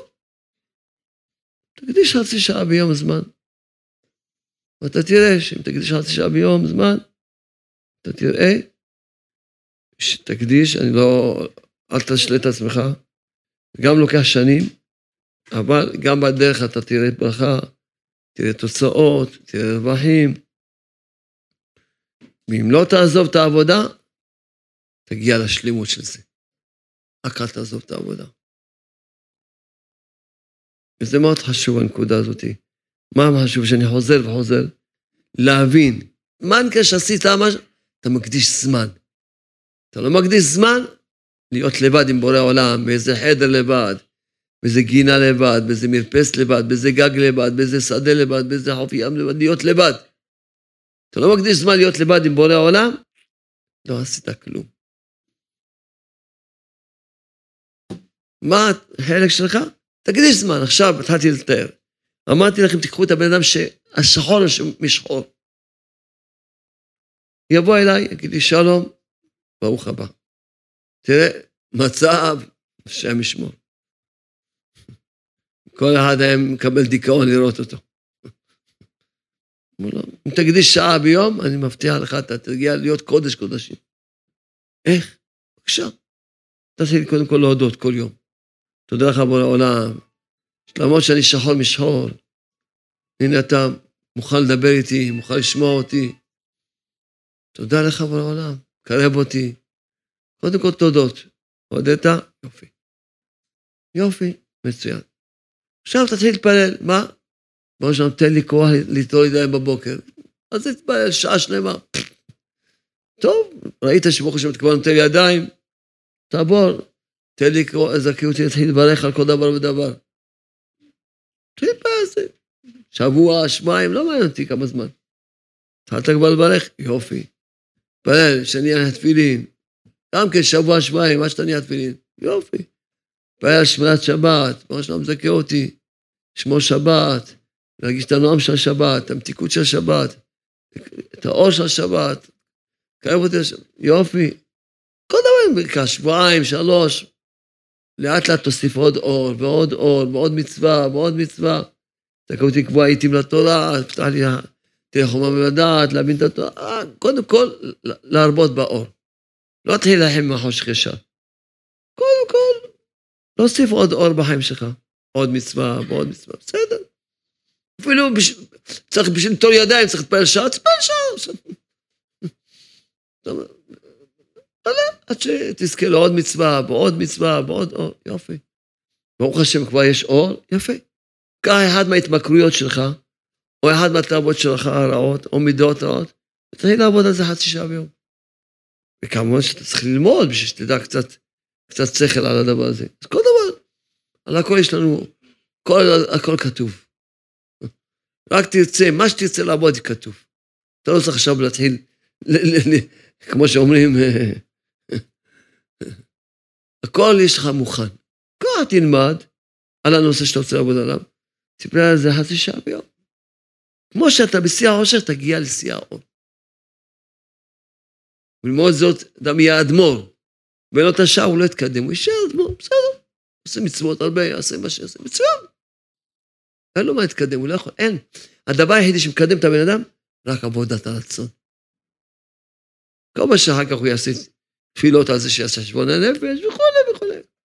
תקדיש חצי שעה ביום זמן. ואתה תראה שאם תקדיש חצי שעה ביום זמן, אתה תראה שתקדיש, אני לא, אל תשלה את עצמך, גם לוקח שנים, אבל גם בדרך אתה תראה ברכה, תראה תוצאות, תראה רווחים. ואם לא תעזוב את העבודה, תגיע לשלימות של זה. רק אל תעזוב את העבודה. וזה מאוד חשוב הנקודה הזאת. מה חשוב שאני חוזר וחוזר? להבין. מה נקרא שעשית משהו? אתה מקדיש זמן. אתה לא מקדיש זמן להיות לבד עם בורא עולם, באיזה חדר לבד, באיזה גינה לבד, באיזה מרפס לבד, באיזה גג לבד, באיזה שדה לבד, באיזה חוף ים לבד, להיות לבד. אתה לא מקדיש זמן להיות לבד עם בורא עולם? לא עשית כלום. מה החלק שלך? תקדיש זמן. עכשיו התחלתי לתאר. אמרתי לכם, תיקחו את הבן אדם שהשחור משחור. יבוא אליי, יגיד לי שלום, ברוך הבא. תראה, מצב, השם ישמור. כל אחד היה מקבל דיכאון לראות אותו. אם תקדיש שעה ביום, אני מבטיח לך, אתה תגיע להיות קודש קודשים. איך? בבקשה. תתחיל קודם כל להודות כל יום. תודה לך בורא עולם. למרות שאני שחור משחור, הנה אתה מוכן לדבר איתי, מוכן לשמוע אותי. תודה לך בעולם, קרב אותי. קודם כל תודות. הודית? יופי. יופי, מצוין. עכשיו תתחיל להתפלל, מה? בוא שם, תן לי כוח להתעורר ידיים בבוקר. אז תתפלל שעה שלמה. טוב, ראית שברוך השם כבר נותן לי ידיים? תעבור, תן לי זכי אותי, תתחיל לברך על כל דבר ודבר. תתחיל להתפלל זה. שבוע, שבועיים, לא מעניין אותי כמה זמן. התחלת כבר לברך? יופי. תתפלל, שאני אהיה תפילין. גם כן שבוע, שבועיים, מה שאתה נהיה תפילין. יופי. תתפלל שמירת שבת, ברוך השם מזכה אותי. שמור שבת, להרגיש את הנועם של השבת, את המתיקות של השבת, את האור של השבת, קרב אותי לשבת, יופי. כל דבר, שבועיים, שלוש, לאט לאט תוסיף עוד אור, ועוד אור, ועוד מצווה, ועוד מצווה. תקע אותי קבוע עיתים לתורה, פתח לי, תהיה חומה במדעת, להבין את התורה, קודם כל, להרבות באור. לא תתחיל לכם מהחושך ישר. קודם כל, להוסיף עוד אור בחיים שלך. עוד מצווה, ועוד מצווה, בסדר. אפילו צריך בשביל תור ידיים, צריך לתפעל שעה, תתפעל שעה. עד שתזכה לו עוד מצווה, ועוד מצווה, ועוד אור, יופי. ברוך השם כבר יש אור, יפה. קח אחד מההתמכרויות שלך, או אחד מהתרבות שלך הרעות, או מידות רעות, ותתחיל לעבוד על זה חצי שעה ביום. וכמובן שאתה צריך ללמוד, בשביל שתדע קצת, קצת שכל על הדבר הזה. אז כל דבר, על הכל יש לנו, כל, הכל כתוב. רק תרצה, מה שתרצה לעבוד כתוב. אתה לא צריך עכשיו להתחיל, כמו שאומרים, הכל יש לך מוכן. כבר תלמד על הנושא שאתה רוצה לעבוד עליו, תספר על זה חצי שעה ביום. כמו שאתה בשיא העושר, תגיע לשיא האור. ולמוד זאת, אדם יהיה אדמו"ר, ולא את השעה הוא לא יתקדם, הוא יישאר אדמו"ר, בסדר. עושה מצוות הרבה, יעשה מה שיעשה, מצוין. אין לו מה להתקדם, הוא לא יכול, אין. הדבר היחידי שמקדם את הבן אדם, רק עבודת הרצון. כל מה שאחר כך הוא יעשה תפילות על זה שיעשה חשבון הנפש, וכו' וכו'.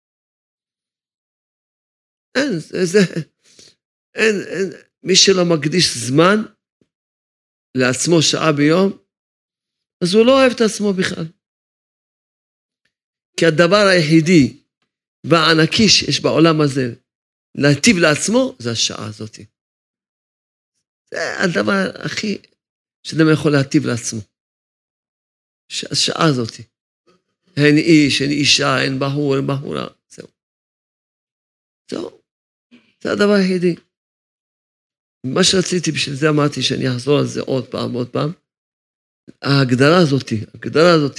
אין, זה, אין, אין, מי שלא מקדיש זמן לעצמו שעה ביום, אז הוא לא אוהב את עצמו בכלל. כי הדבר היחידי והענקי שיש בעולם הזה, להטיב לעצמו, זה השעה הזאת. זה הדבר הכי שאדם יכול להטיב לעצמו. השעה הזאת. אין איש, אין אישה, אין בחור, אין בחורה. זהו. זהו. זה הדבר היחידי. מה שרציתי, בשביל זה אמרתי שאני אחזור על זה עוד פעם, עוד פעם. ההגדרה הזאת, ההגדרה הזאת,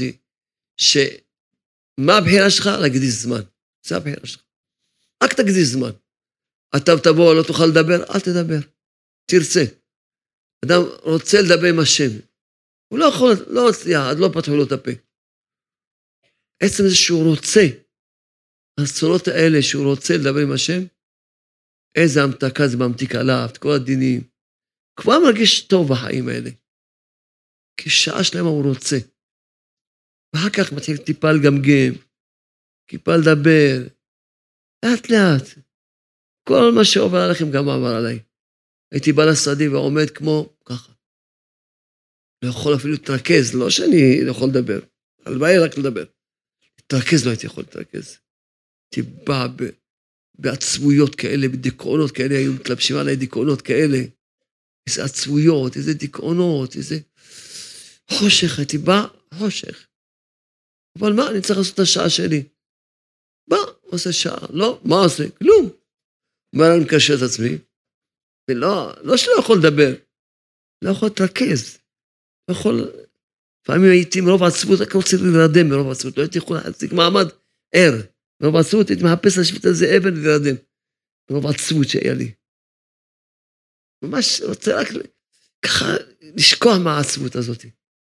שמה הבחירה שלך? להקדיש זמן. זה הבחירה שלך. רק תקדיש זמן. אתה תבוא, לא תוכל לדבר, אל תדבר. תרצה. אדם רוצה לדבר עם השם. הוא לא יכול, לא מצליח, עד לא פתחו לו את הפה. עצם זה שהוא רוצה, הסצונות האלה שהוא רוצה לדבר עם השם, איזה המתקה זה ממתיק עליו, את כל הדינים. כבר מרגיש טוב בחיים האלה. כי שעה שלמה הוא רוצה. ואחר כך מתחיל טיפה לגמגם, טיפה לדבר, לאט לאט. כל מה שעובר עליכם גם עבר עליי. הייתי בא לשדה ועומד כמו ככה. לא יכול אפילו להתרכז, לא שאני לא יכול לדבר. הלוואי רק לדבר. להתרכז לא הייתי יכול להתרכז. הייתי בא ב- בעצבויות כאלה, בדיכאונות כאלה, היו מתלבשים עליי דיכאונות כאלה. איזה עצבויות, איזה דיכאונות, איזה חושך, הייתי בא, חושך. אבל מה, אני צריך לעשות את השעה שלי. בא, עושה שעה, לא, מה עושה? כלום. אומר, אני מקשר את עצמי, ולא, לא שלא יכול לדבר, לא יכול להתרכז, לא יכול, לפעמים הייתי מרוב עצבות, רק רוצה להירדם מרוב עצבות, לא הייתי יכול להציג מעמד ער, מרוב עצבות הייתי מחפש להשפיט על זה אבן ולהירדם, מרוב עצבות שהיה לי. ממש רוצה רק ככה לשכוח מהעצבות הזאת.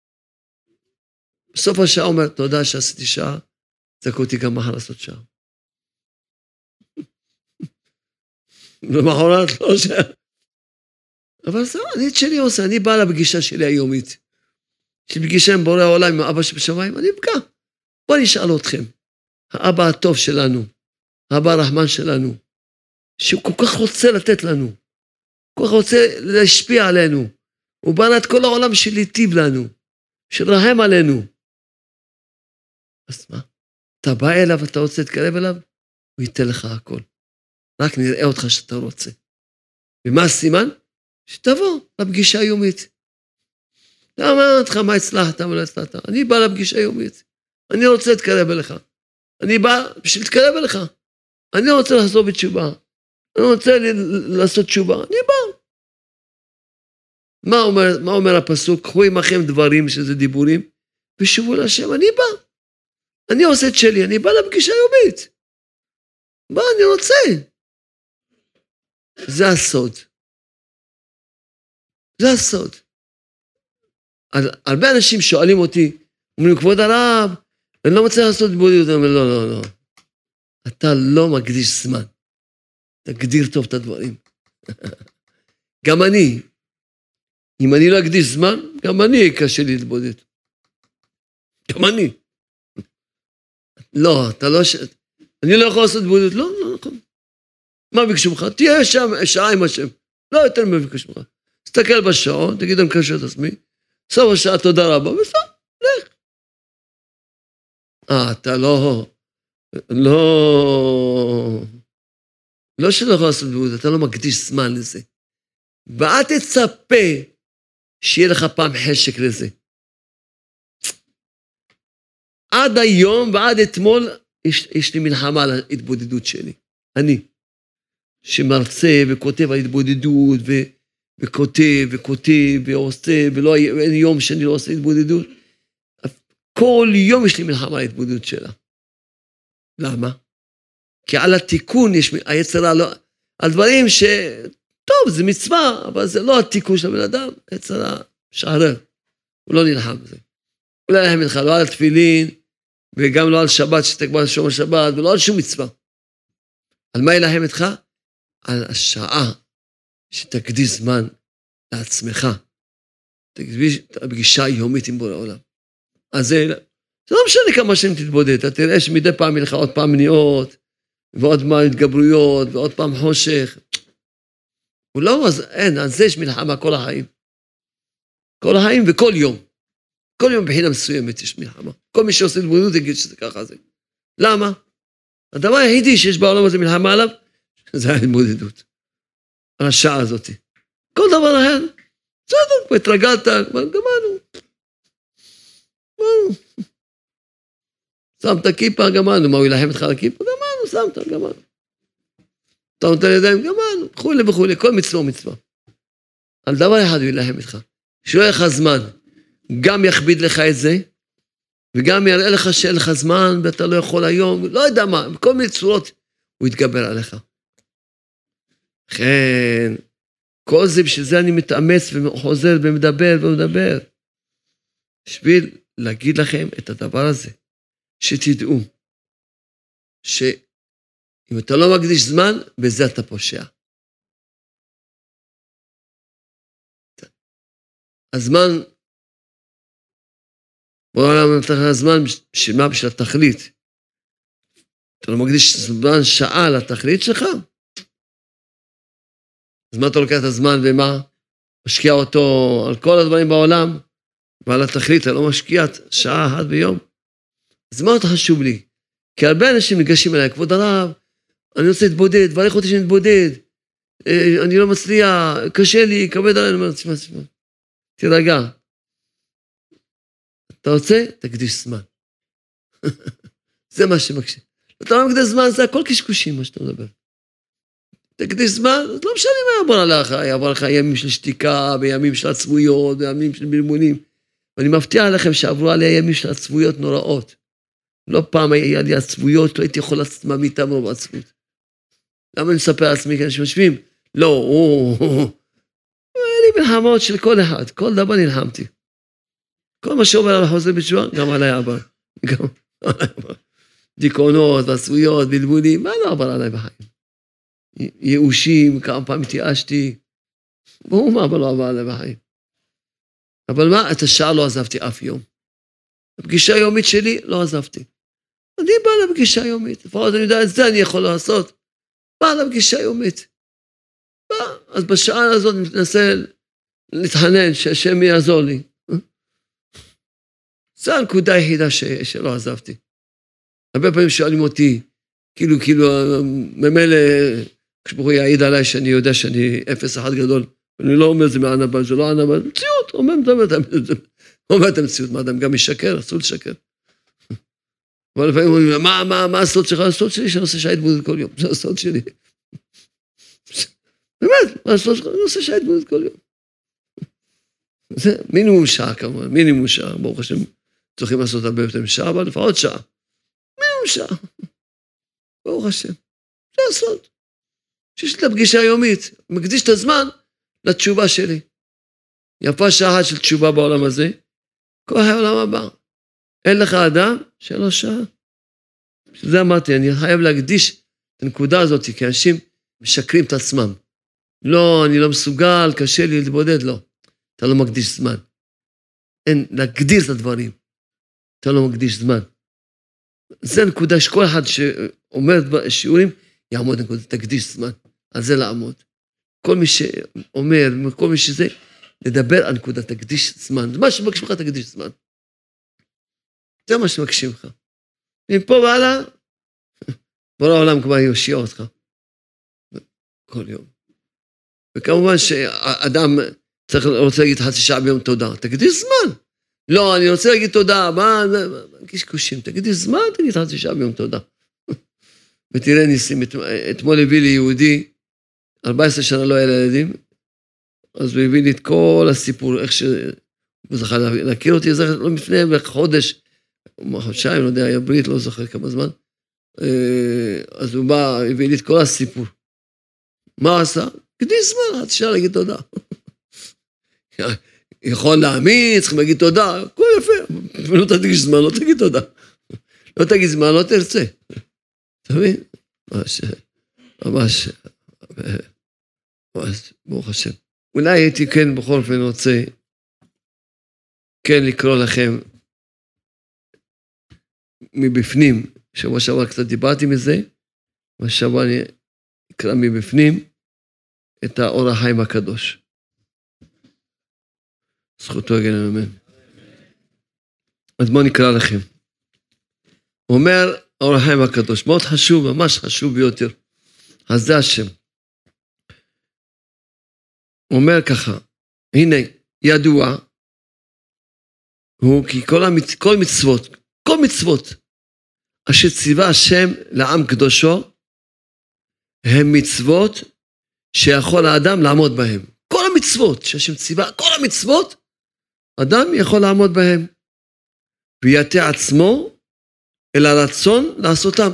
בסוף השעה אומר, תודה שעשיתי שעה, זכו אותי גם מחר לעשות שעה. למחרת לא שעה. אבל זהו, אני את שלי עושה, אני בא לפגישה שלי היומית. שפגישה עם בורא העולם, עם האבא שבשמיים, אני אבקע. בוא נשאל אתכם. האבא הטוב שלנו, האבא הרחמן שלנו, שהוא כל כך רוצה לתת לנו, כל כך רוצה להשפיע עלינו. הוא בנה את כל העולם של להיטיב לנו, של רחם עלינו. אז מה? אתה בא אליו, אתה רוצה להתקרב אליו, הוא ייתן לך הכל. רק נראה אותך שאתה רוצה. ומה הסימן? שתבוא לפגישה היומית. אתה אומר לך מה הצלחת, מה לא הצלחת. אני בא לפגישה היומית. אני רוצה להתקרב אליך. אני בא בשביל להתקרב אליך. אני רוצה לעשות בתשובה. אני רוצה לעשות תשובה. אני בא. מה אומר, מה אומר הפסוק? קחו עמכם דברים שזה דיבורים, ושובו להשם. אני בא. אני עושה את שלי. אני בא לפגישה היומית. בא, אני רוצה. זה הסוד. זה הסוד. הרבה אנשים שואלים אותי, אומרים, כבוד הרב, אני לא מצליח לעשות התבודדות. אני אומר, לא, לא, לא. אתה לא מקדיש זמן. תגדיר טוב את הדברים. גם אני, אם אני לא אקדיש זמן, גם אני קשה לי להתבודד. גם אני. לא, אתה לא... ש... אני לא יכול לעשות התבודדות. לא, לא, נכון. מה ביקשו ממך? תהיה שם שעה עם השם. לא יותר מה ביקשו ממך. תסתכל בשעון, תגיד, אני מקשר את עצמי. סוף השעה, תודה רבה, וסוף, לך. אה, אתה לא... לא... לא שלא יכול לעשות התבודדות, אתה לא מקדיש זמן לזה. ואל תצפה שיהיה לך פעם חשק לזה. עד היום ועד אתמול יש, יש לי מלחמה על ההתבודדות שלי. אני, שמרצה וכותב על התבודדות, ו, וכותב וכותב ועושה, ולא אין יום שאני לא עושה התבודדות. כל יום יש לי מלחמה על ההתבודדות שלה. למה? כי על התיקון יש, היצרה לא, על דברים ש... טוב, זה מצווה, אבל זה לא התיקון של הבן אדם, היצרה שערר. הוא לא נלחם בזה. אולי להם לך, לא על התפילין, וגם לא על שבת, שתקבע שומר שבת, ולא על שום מצווה. על מה ילהם איתך? על השעה שתקדיש זמן לעצמך. תקדיש פגישה יומית עם בורא העולם. אז זה, זה לא משנה כמה שנים תתבודד, אתה תראה שמדי פעם ילך עוד פעם מניעות, ועוד פעם התגברויות, ועוד פעם חושך. הוא לא, אז אין, על זה יש מלחמה כל החיים. כל החיים וכל יום. כל יום בחינה מסוימת יש מלחמה. כל מי שעושה התבודדות יגיד שזה ככה זה. למה? הדבר היחידי שיש בעולם הזה מלחמה עליו, זה ההתבודדות. על השעה הזאת. כל דבר אחר, בסדר, כבר התרגלת, כבר גמרנו. גמרנו. שמת כיפה, גמרנו. מה הוא ילחם איתך על הכיפה? גמרנו, שמת, גמרנו. אתה נותן ידיים, גמרנו, וכולי וכולי, כל מצווה ומצווה. על דבר אחד הוא ילחם איתך. שלא יהיה לך זמן. גם יכביד לך את זה, וגם יראה לך שאין לך זמן, ואתה לא יכול היום, לא יודע מה, בכל מיני צורות, הוא יתגבר עליך. לכן, כל זה, בשביל זה אני מתאמץ, וחוזר, ומדבר, ומדבר. בשביל להגיד לכם את הדבר הזה, שתדעו, שאם אתה לא מקדיש זמן, בזה אתה פושע. הזמן, בעולם נתן לך זמן, בשביל מה? בשביל התכלית. אתה לא מקדיש זמן שעה לתכלית שלך? אז מה אתה לוקח את הזמן ומה? משקיע אותו על כל הדברים בעולם, ועל התכלית, אתה לא משקיע שעה אחת ביום. אז מה אתה חשוב לי? כי הרבה אנשים ניגשים אליי, כבוד הרב, אני רוצה להתבודד, ואני חודש להתבודד, אני לא מצליח, קשה לי, כבד עליי, אני אומר, תשמע, תשמע, תירגע. אתה רוצה? תקדיש זמן. זה מה שמקשה. אתה לא מקדיש זמן, זה הכל קשקושים, מה שאתה מדבר. תקדיש זמן, אז לא משנה מה יעבור עליך, יעבור לך ימים של שתיקה, וימים של עצבויות, וימים של בלבולים. ואני מבטיח לכם שעברו עליה ימים של עצבויות נוראות. לא פעם היה לי עצבויות, לא הייתי יכול לעצמה מאיתם רוב עצבות. למה אני מספר לעצמי כאלה שמשווים? לא, היה לי מלחמות של כל אחד, כל דבר נלחמתי. כל מה שאומר על החוזר בתשובה, גם עליי עבר. גם עליי עבר. דיכאונות, עצבויות, בלבולים, מה לא עבר עליי בחיים? ייאושים, כמה פעם התייאשתי. ברור מה אבל לא עבר עליי בחיים. אבל מה, את השעה לא עזבתי אף יום. הפגישה היומית שלי לא עזבתי. אני בא לפגישה היומית, לפחות אני יודע, את זה אני יכול לעשות. בא לפגישה היומית. אז בשעה הזאת אני מנסה להתחנן שהשם יעזור לי. זו הנקודה היחידה ש... שלא עזבתי. הרבה פעמים שואלים אותי, כאילו, כאילו, ממילא, כשברוך יעיד עליי שאני יודע שאני אפס אחד גדול, אני לא אומר זה מענבה, זה לא ענבה, זה מציאות, אומר, אומר את המציאות, מה אדם גם משקר, אסור לשקר. אבל לפעמים אומרים, מה, מה, מה הסוד שלך? הסוד שלי שאני עושה שעה התבודדת כל יום, זה הסוד שלי. באמת, מה הסוד שלך? אני עושה שעה התבודדת כל יום. זה מינימום שעה כמובן, מינימום שעה, ברוך השם, צריכים לעשות הרבה יותר משעה, אבל לפחות שעה. מינימום שעה. ברוך השם. זה הסוד. שיש לי את הפגישה היומית, מקדיש את הזמן לתשובה שלי. יפה שעה של תשובה בעולם הזה, כל העולם הבא. אין לך אדם שאין לו שעה. שזה אמרתי, אני חייב להקדיש את הנקודה הזאת, כי אנשים משקרים את עצמם. לא, אני לא מסוגל, קשה לי להתבודד, לא. אתה לא מקדיש זמן. אין, להגדיר את הדברים. אתה לא מקדיש זמן. זה נקודה שכל אחד שאומר שיעורים, יעמוד נקודה, תקדיש זמן. על זה לעמוד. כל מי שאומר, כל מי שזה, לדבר על נקודה, תקדיש זמן. זה מה שמקשים לך, תקדיש זמן. זה מה שמקשים לך. מפה ועלה, בורא העולם כבר יושיע אותך. כל יום. וכמובן שאדם צריך, רוצה להגיד חצי שעה ביום תודה. תקדיש זמן. לא, אני רוצה להגיד תודה. מה, קשקושים. תקדיש זמן, תגיד חצי שעה ביום תודה. ותראה ניסים, אתמול הביא לי יהודי, ארבע עשרה שנה לא היה לילדים, אז הוא הביא לי את כל הסיפור, איך שהוא זכה להכיר אותי, זה לא לפני חודש, חודשיים, לא יודע, היה ברית, לא זוכר כמה זמן, אז הוא בא, הביא לי את כל הסיפור. מה הוא עשה? קדיש זמן, עד שעה להגיד תודה. יכול להאמין, צריכים להגיד תודה, הכל יפה, לא תגיד זמן, לא תגיד תודה. לא תגיד זמן, לא תרצה. אתה מבין? ממש, ממש, ממש, ברוך השם. אולי הייתי כן בכל אופן רוצה כן לקרוא לכם מבפנים, שבוע שעבר קצת דיברתי מזה, ושבוע אני אקרא מבפנים את האור החיים הקדוש. זכותו יגן אמן. אז בואו נקרא לכם. הוא אומר, האור החיים הקדוש, מאוד חשוב, ממש חשוב ביותר. אז זה השם. הוא אומר ככה, הנה, ידוע, הוא כי כל, המצ... כל מצוות, כל מצוות, אשר ציווה השם לעם קדושו, הם מצוות שיכול האדם לעמוד בהם. כל המצוות שהשם ציווה, כל המצוות, אדם יכול לעמוד בהם. ויתה עצמו, אל הרצון לעשותם.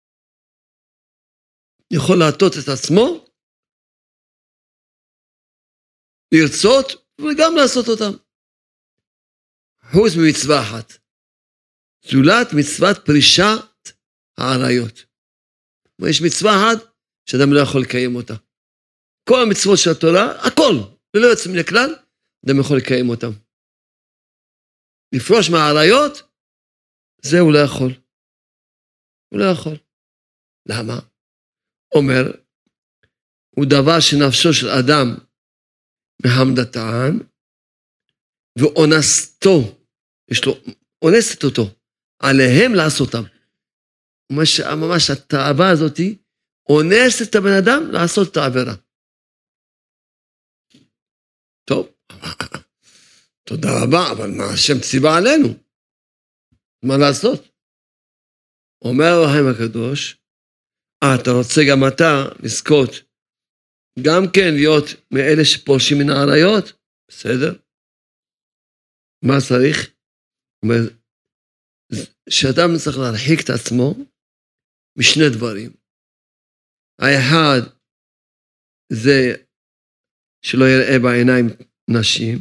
יכול להטות את עצמו, לרצות וגם לעשות אותם. חוץ ממצווה אחת. זולת מצוות פרישת העריות. יש מצווה אחת שאדם לא יכול לקיים אותה. כל המצוות של התורה, הכל, ללא יוצא מן הכלל, אדם יכול לקיים אותם. לפרוש מהעריות, זה הוא לא יכול. הוא לא יכול. למה? אומר, הוא דבר שנפשו של אדם מהמדתן, ואונסתו, יש לו, אונסת אותו, עליהם לעשותם. ממש, ממש התאווה הזאת, אונסת את הבן אדם לעשות את העבירה. טוב, תודה רבה, אבל מה השם ציווה עלינו? מה לעשות? אומר החיים הקדוש, אה, אתה רוצה גם אתה לזכות, גם כן להיות מאלה שפורשים מן העריות? בסדר. מה צריך? אומר, שאדם צריך להרחיק את עצמו משני דברים. האחד זה שלא יראה בעיניים נשים,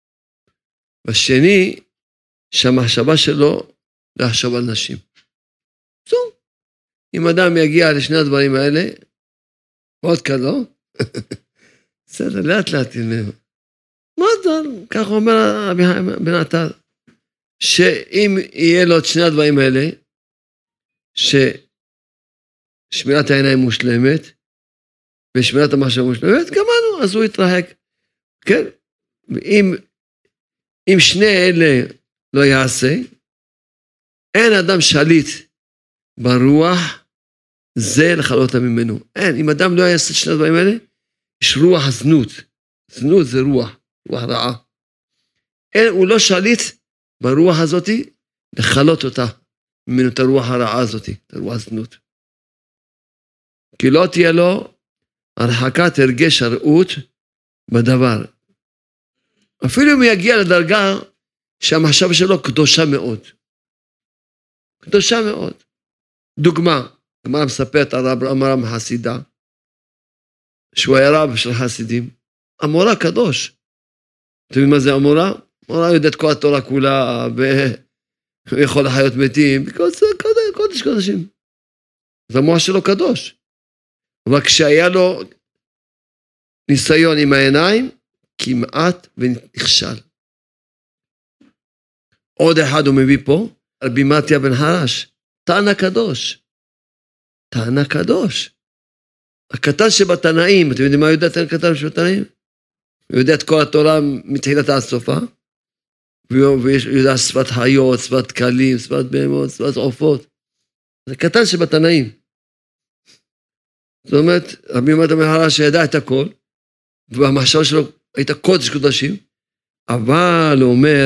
והשני שהמחשבה שלו לחשוב על נשים. זו. אם אדם יגיע לשני הדברים האלה, מאוד קל, לא? בסדר, לאט לאט ילמד. מה זה? כך אומר בן עטר, שאם יהיה לו את שני הדברים האלה, ששמירת העיניים מושלמת, ושמירת המחשבה מושלמת, גמרנו, אז הוא יתרחק. כן? ואם אם שני אלה לא יעשה, אין אדם שליט ברוח, זה לחלוטה ממנו. אין, אם אדם לא יעשה את שני הדברים האלה, יש רוח זנות. זנות זה רוח, רוח רעה. אין, הוא לא שליט ברוח הזאת, לחלות אותה, ממנו את הרוח הרעה הזאת, את הרוח זנות. כי לא תהיה לו הרחקת הרגש הרעות בדבר. אפילו אם יגיע לדרגה שהמחשבה שלו קדושה מאוד. קדושה מאוד. דוגמה, גמרא מספרת על רב עמרם חסידה, שהוא היה רב של חסידים, אמורה קדוש. אתם יודעים מה זה אמורה? אמורה יודעת כל התורה כולה, ויכול לחיות מתים, קודש קודשים. אז המוח שלו קדוש. אבל כשהיה לו ניסיון עם העיניים, כמעט ונכשל. עוד אחד הוא מביא פה, רבי מתיה בן חרש, תנא קדוש. תנא קדוש. הקטן שבתנאים, אתם יודעים מה יודע את הקטן שבתנאים? הוא יודע את כל התורה מתחילתה עד סופה, ויודע שפת חיות, שפת כלים, שפת בהמות, שפת עופות. זה קטן שבתנאים. זאת אומרת, רבי מתיה בן חרש שידע את הכל, והמחשבה שלו הייתה קודש קודשים, אבל הוא אומר,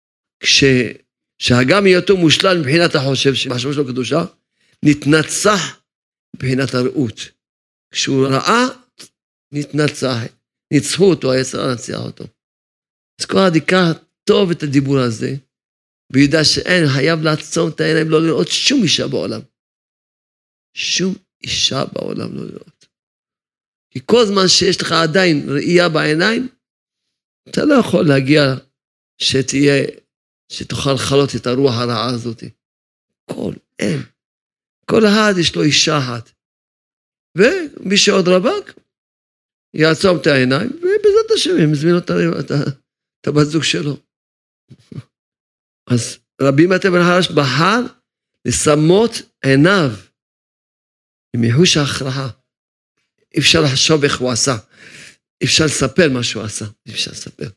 כשהגם היותו מושלל מבחינת החושב, שהמחשבה שלו קדושה, נתנצח מבחינת הרעות. כשהוא ראה, נתנצח, ניצחו אותו, היצר נצח אותו. אז כל הדיקה טוב את הדיבור הזה, וידע שאין, חייב לעצום את העיניים, לא לראות שום אישה בעולם. שום אישה בעולם לא לראות. כי כל זמן שיש לך עדיין ראייה בעיניים, אתה לא יכול להגיע שתהיה, שתוכל לחלות את הרוח הרעה הזאת. כל, אין. כל אחד יש לו אישה אחת. ומי שעוד רבק, יעצום את העיניים, ובזאת השם, הם מזמין אותה, את הבת זוג שלו. אז רבי מתיה בן חרש בחר לשמות עיניו, עם ייחוש ההכרעה. אי אפשר לחשוב איך הוא עשה. אי אפשר לספר מה שהוא עשה. אי אפשר לספר.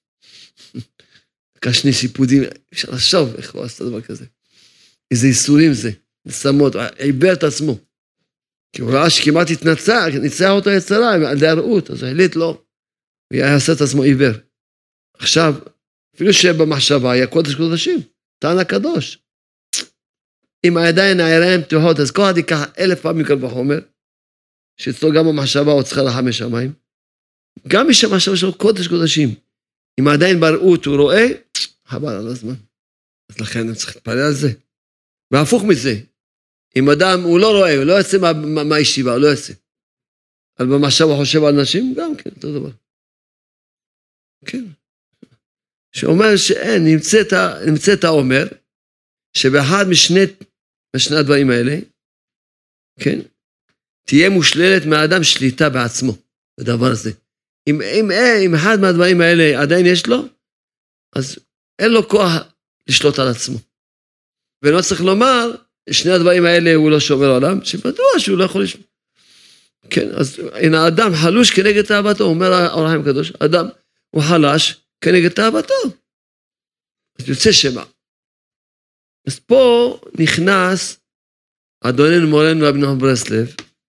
כשני שיפודים, אי אפשר לחשוב איך הוא עשה דבר כזה. איזה איסורים זה. לשמות, עיבר את עצמו. כי הוא ראה שכמעט התנצח, ניצח אותו יצרה, על די הרעות, אז הוא החליט לו, ויעשה את עצמו עיבר. עכשיו, אפילו שבמחשבה היה קודש קודשים, תנא קדוש. אם עדיין העיניים פתוחות, אז כל אחד ייקח אלף פעמים קל וחומר, שאצלו גם המחשבה עוד צריכה לחמש שמיים, גם מי שהמחשבה שלו קודש קודשים, אם עדיין ברעות הוא רואה, חבל על הזמן. אז לכן אני צריך להתפלל על זה. והפוך מזה, אם אדם הוא לא רואה, הוא לא יוצא מהישיבה, הוא לא יוצא. אבל במחשבה הוא חושב על נשים, גם כן, אותו דבר. כן. שאומר שאין, נמצאת, נמצאת האומר, שבאחד משני, משני הדברים האלה, כן, תהיה מושללת מהאדם שליטה בעצמו, בדבר הזה. אם, אם, אם אחד מהדברים האלה עדיין יש לו, אז אין לו כוח לשלוט על עצמו. ולא צריך לומר, שני הדברים האלה הוא לא שומר עולם, שבדוע שהוא לא יכול לשמור. כן, אז הנה האדם חלוש כנגד תאוותו, אומר האור החיים הקדוש, האדם הוא חלש כנגד תאוותו. אז יוצא שמה. אז פה נכנס אדוננו מורנו רבי נחמן ברסלב,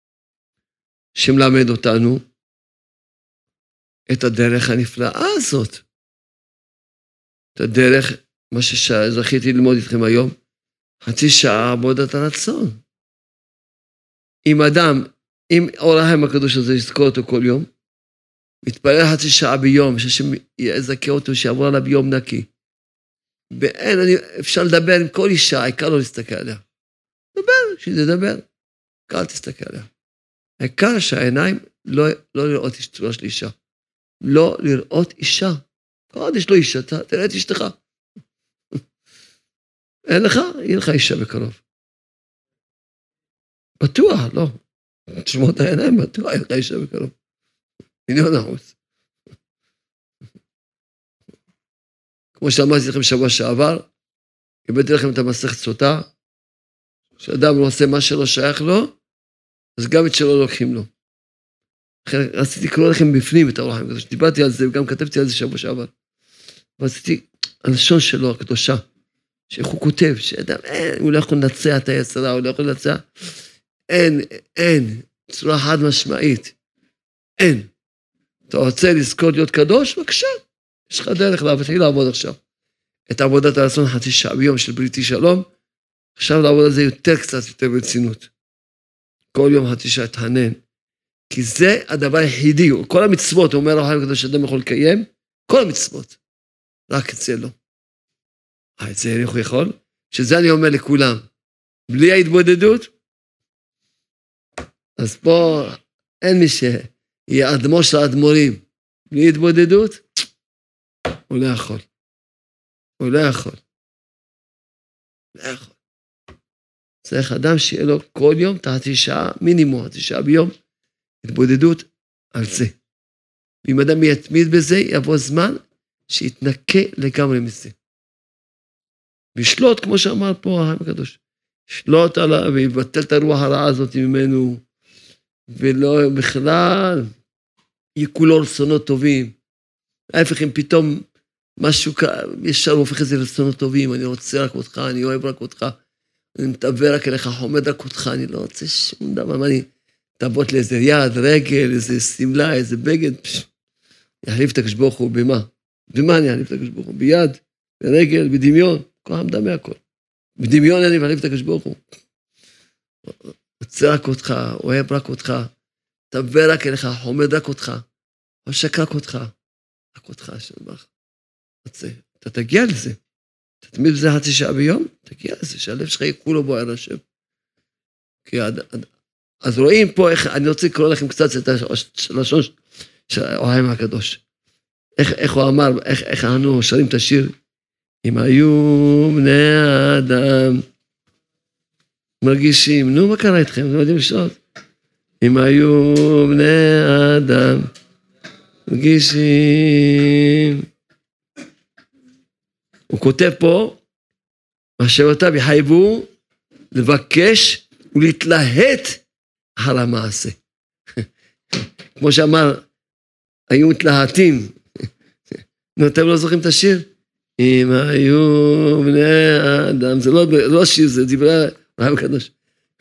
שמלמד אותנו את הדרך הנפלאה הזאת. את הדרך, מה שזכיתי ללמוד איתכם היום, חצי שעה עבודת הרצון. אם אדם, אם אור החיים הקדוש הזה יזכור אותו כל יום, מתפלל חצי שעה ביום, שהשם יזכה אותו, שיעבור עליו ביום נקי. ואין, אני, אפשר לדבר עם כל אישה, העיקר לא להסתכל עליה. דבר, שתדבר, העיקר תסתכל עליה. העיקר שהעיניים לא, לא לראות צורה של אישה. לא לראות אישה. עוד יש לו אישה, תראה את אשתך. אין לך, יהיה לך אישה בקרוב. בטוח, לא. תשמור את העיניים, בטוח, יהיה לך אישה בקרוב. מיליון אחוז. כמו שאמרתי לכם שבוע שעבר, הבאתי לכם את המסכת סוטה, שאדם לא עושה מה שלא שייך לו, אז גם את שלא לוקחים לו. רציתי לקרוא לכם בפנים את האור החיים הקדוש, דיברתי על זה וגם כתבתי על זה שבוע שעבר, רציתי, הלשון שלו הקדושה, שאיך הוא כותב, שאדם, אין, הוא לא יכול לנצח את היצרה, הוא לא יכול לנצח, אין, אין, צורה חד משמעית, אין. אתה רוצה לזכות להיות קדוש? בבקשה, יש לך דרך להתחיל לעבוד עכשיו. את עבודת הרצון חצי שעה ביום של בריתי שלום, עכשיו לעבוד על זה יותר קצת יותר ברצינות. כל יום חצי שעה תענן, כי זה הדבר היחידי, כל המצוות, הוא אומר הרב הקדוש שאדם יכול לקיים, כל המצוות, רק את זה לא. את זה איך הוא יכול? שזה אני אומר לכולם, בלי ההתבודדות, אז פה אין מי שיהיה אדמו של האדמו"רים, בלי התבודדות, הוא לא יכול. הוא לא יכול. לא יכול. צריך אדם שיהיה לו כל יום, תחצי שעה, מינימום, תחצי שעה ביום, התבודדות על זה. ואם אדם יתמיד בזה, יבוא זמן שיתנקה לגמרי מזה. וישלוט, כמו שאמר פה הרב הקדוש, שלוט עליו ויבטל את הרוח הרעה הזאת ממנו, ולא בכלל, יהיה כולו רצונות טובים. ההפך, אם פתאום משהו ישר הופך את זה לרצונות טובים, אני רוצה רק אותך, אני אוהב רק אותך, אני מתאווה רק אליך, חומד רק אותך, אני לא רוצה שום דבר, מה אני תעבוד לאיזה יד, רגל, איזה סמלה, איזה בגד, יחליף את הקדוש ברוך הוא במה? במה אני אחליף את הקדוש ברוך הוא? ביד, ברגל, בדמיון, כל העמדה מהכל. בדמיון אני מחליף את הקדוש ברוך הוא. רוצה רק אותך, אוהב רק אותך, תאווה רק אליך, חומד רק אותך, חושק רק אותך, רק אותך, שלמך. אתה תגיע לזה. אתה תמיד בזה חצי שעה ביום, תגיע לזה, שהלב שלך יהיה כולו בוער השם. אז רואים פה איך, אני רוצה לקרוא לכם קצת את הלשון של אוהים הקדוש. איך, איך הוא אמר, איך, איך אנו שרים את השיר, אם היו בני האדם מרגישים, נו מה קרה איתכם, אתם יודעים לשאול? אם היו בני האדם מרגישים, הוא כותב פה, מחשבותיו יחייבו לבקש ולהתלהט על המעשה. כמו שאמר, היו מתלהטים. נו, אתם לא זוכרים את השיר? אם היו בני האדם, זה לא, לא שיר, זה דברי הרב הקדוש.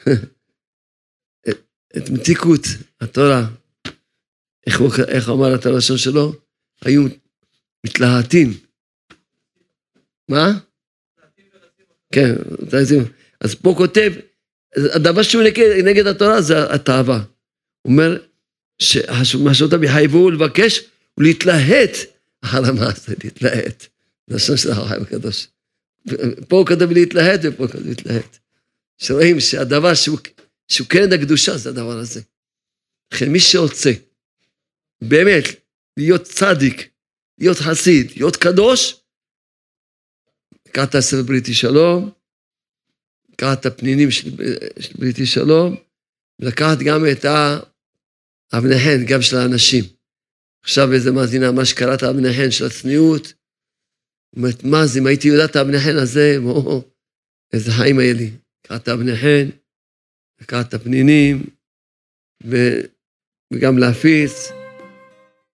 את מתיקות, התורה, איך הוא, איך הוא אמר את הלשון שלו? היו מתלהטים. מה? כן, אז פה כותב, הדבר שהוא נגד, נגד התורה זה התאווה. הוא אומר שמחשבותיו יחייבו לבקש ולהתלהט על המעשה, להתלהט. זה השם של הרב הקדוש. פה הוא כותב להתלהט ופה הוא כותב להתלהט. שרואים שהדבר שהוא, שהוא כנגד הקדושה זה הדבר הזה. לכן מי שרוצה באמת להיות צדיק, להיות חסיד, להיות קדוש, לקחת את הספר בריתי שלום, לקחת את הפנינים של, של בריתי שלום, ולקחת גם את האבני-חן, גם של האנשים. עכשיו איזה מאזינה, מה שקראת האבני-חן של הצניעות, אומרת, מה זה, אם הייתי יודעת את האבני-חן הזה, בוא, איזה חיים היה לי. לקחת את האבני-חן, לקחת את הפנינים, ו, וגם להפיץ,